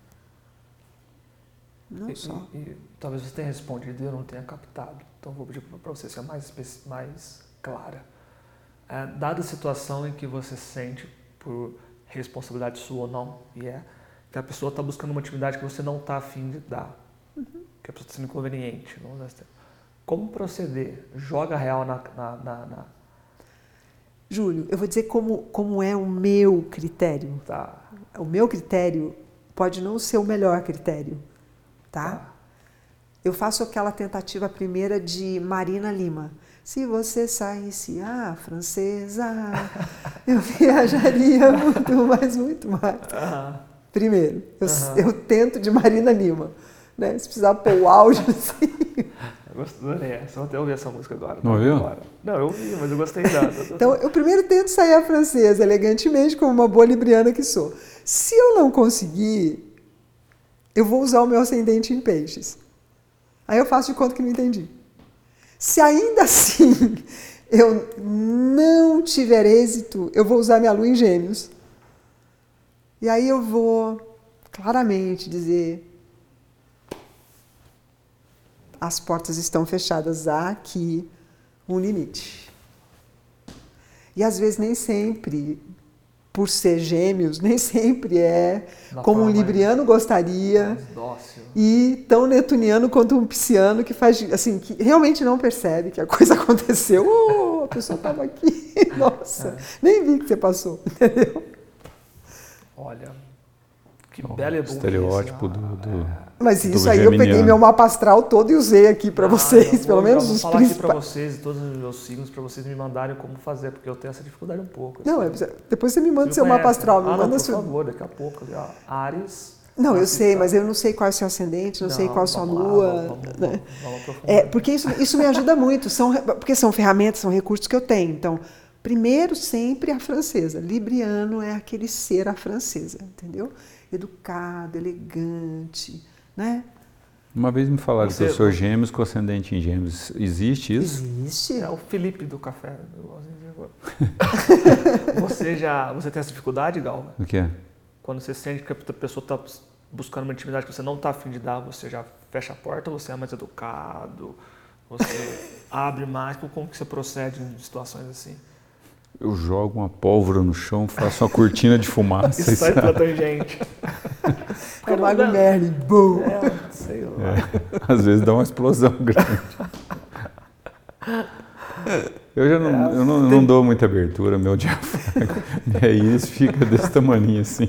Não
e,
só.
E, e talvez você tenha respondido e eu não tenha captado. Então vou pedir para você ser mais, mais clara. É, dada a situação em que você sente por responsabilidade sua ou não, e é que a pessoa está buscando uma atividade que você não está afim de dar, uhum. que a pessoa está sendo inconveniente. Não dá certo. Como proceder? Joga real na, na, na, na...
Júlio, eu vou dizer como, como é o meu critério.
Tá.
O meu critério pode não ser o melhor critério, tá? tá? Eu faço aquela tentativa primeira de Marina Lima. Se você saísse, ah, francesa, eu viajaria muito mais, muito mais. Uhum. Primeiro, eu, uhum. eu tento de Marina Lima, né? Se precisar pôr o áudio assim...
Eu gostei, só vou até ouvir essa música agora.
Não ouviu?
Não, eu ouvi, mas eu gostei dela.
Então, eu primeiro tento sair a francesa, elegantemente, como uma boa libriana que sou. Se eu não conseguir, eu vou usar o meu ascendente em peixes. Aí eu faço de conta que não entendi. Se ainda assim eu não tiver êxito, eu vou usar minha lua em gêmeos. E aí eu vou claramente dizer... As portas estão fechadas, há aqui um limite. E às vezes nem sempre, por ser gêmeos, nem sempre é Na como um libriano gostaria e tão netuniano quanto um pisciano que faz, assim, que realmente não percebe que a coisa aconteceu. Oh, a pessoa estava aqui, nossa, é. nem vi que você passou, entendeu?
Olha, que oh, bela e boa
estereótipo do... do...
Mas isso aí eu peguei meu mapa astral todo e usei aqui para ah, vocês, vou,
pelo
menos
os
principais.
Eu vou falar aqui para vocês, todos os meus signos, para vocês me mandarem como fazer, porque eu tenho essa dificuldade um pouco. Assim.
Não, é, depois você me manda o seu mapa astral. Me
ah,
manda
não, por
seu...
favor, daqui a pouco. Ó, Ares...
Não, eu sei, mas eu não sei qual é o seu ascendente, não, não sei qual é a sua lua.
Lá, vamos, vamos,
né?
vamos, vamos
é, porque isso, isso me ajuda muito, são, porque são ferramentas, são recursos que eu tenho. Então, primeiro sempre a francesa. Libriano é aquele ser à francesa, entendeu? Educado, elegante, né?
Uma vez me falaram Você, que eu sou gêmeos com ascendente em gêmeos. Existe isso?
Existe.
É o Felipe do café. Você já você tem essa dificuldade, Gal?
O quê?
Quando você sente que a pessoa está buscando uma intimidade que você não está afim de dar, você já fecha a porta, você é mais educado, você abre mais, como que você procede em situações assim?
Eu jogo uma pólvora no chão, faço uma cortina de fumaça.
e sai pela tangente.
É o Mago Merlin, boom!
É, sei lá.
É, às vezes dá uma explosão grande. Eu já não, é, eu não, tem... não dou muita abertura, meu diafragma. É isso, fica desse tamanho assim.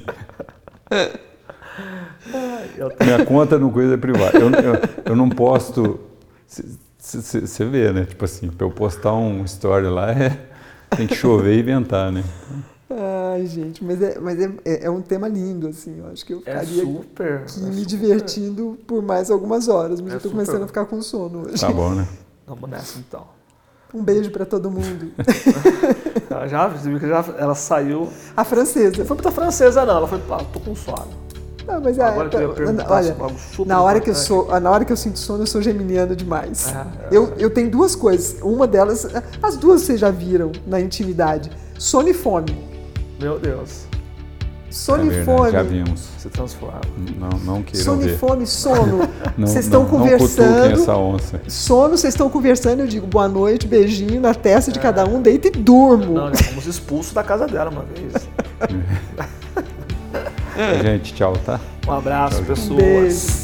Minha conta no coisa é privada. Eu, eu, eu não posto... Você vê, né? Tipo assim, para eu postar um story lá, é, tem que chover e inventar, né?
Ai, gente, mas é, mas é, é um tema lindo, assim. Eu acho que eu ficaria
é super,
aqui
é
me
super.
divertindo por mais algumas horas, mas
é
eu tô
super.
começando a ficar com sono hoje.
Tá bom, né?
Vamos nessa, então.
Um beijo para todo mundo.
Ela já, já, ela saiu...
A francesa.
Não foi pra francesa, não. Ela foi, ah, tô com sono.
Não, mas é,
Agora
é,
eu ia
olha, na hora que eu sou, na hora que eu sinto sono, eu sou geminiano demais. É, é, eu, eu tenho duas coisas. Uma delas, as duas vocês já viram na intimidade. Sono e fome.
Meu Deus.
Sono
é
e fome.
Já vimos.
Se transforma.
Não, não queiram
sono
ver.
e fome, sono.
não,
vocês estão
não,
conversando.
Não cutuquem essa onça.
Sono, vocês estão conversando, eu digo boa noite, beijinho na testa de é. cada um, deito e durmo.
Não, nós fomos expulsos da casa dela uma vez.
Gente, tchau, tá?
Um abraço,
tchau,
pessoas.
Um beijo.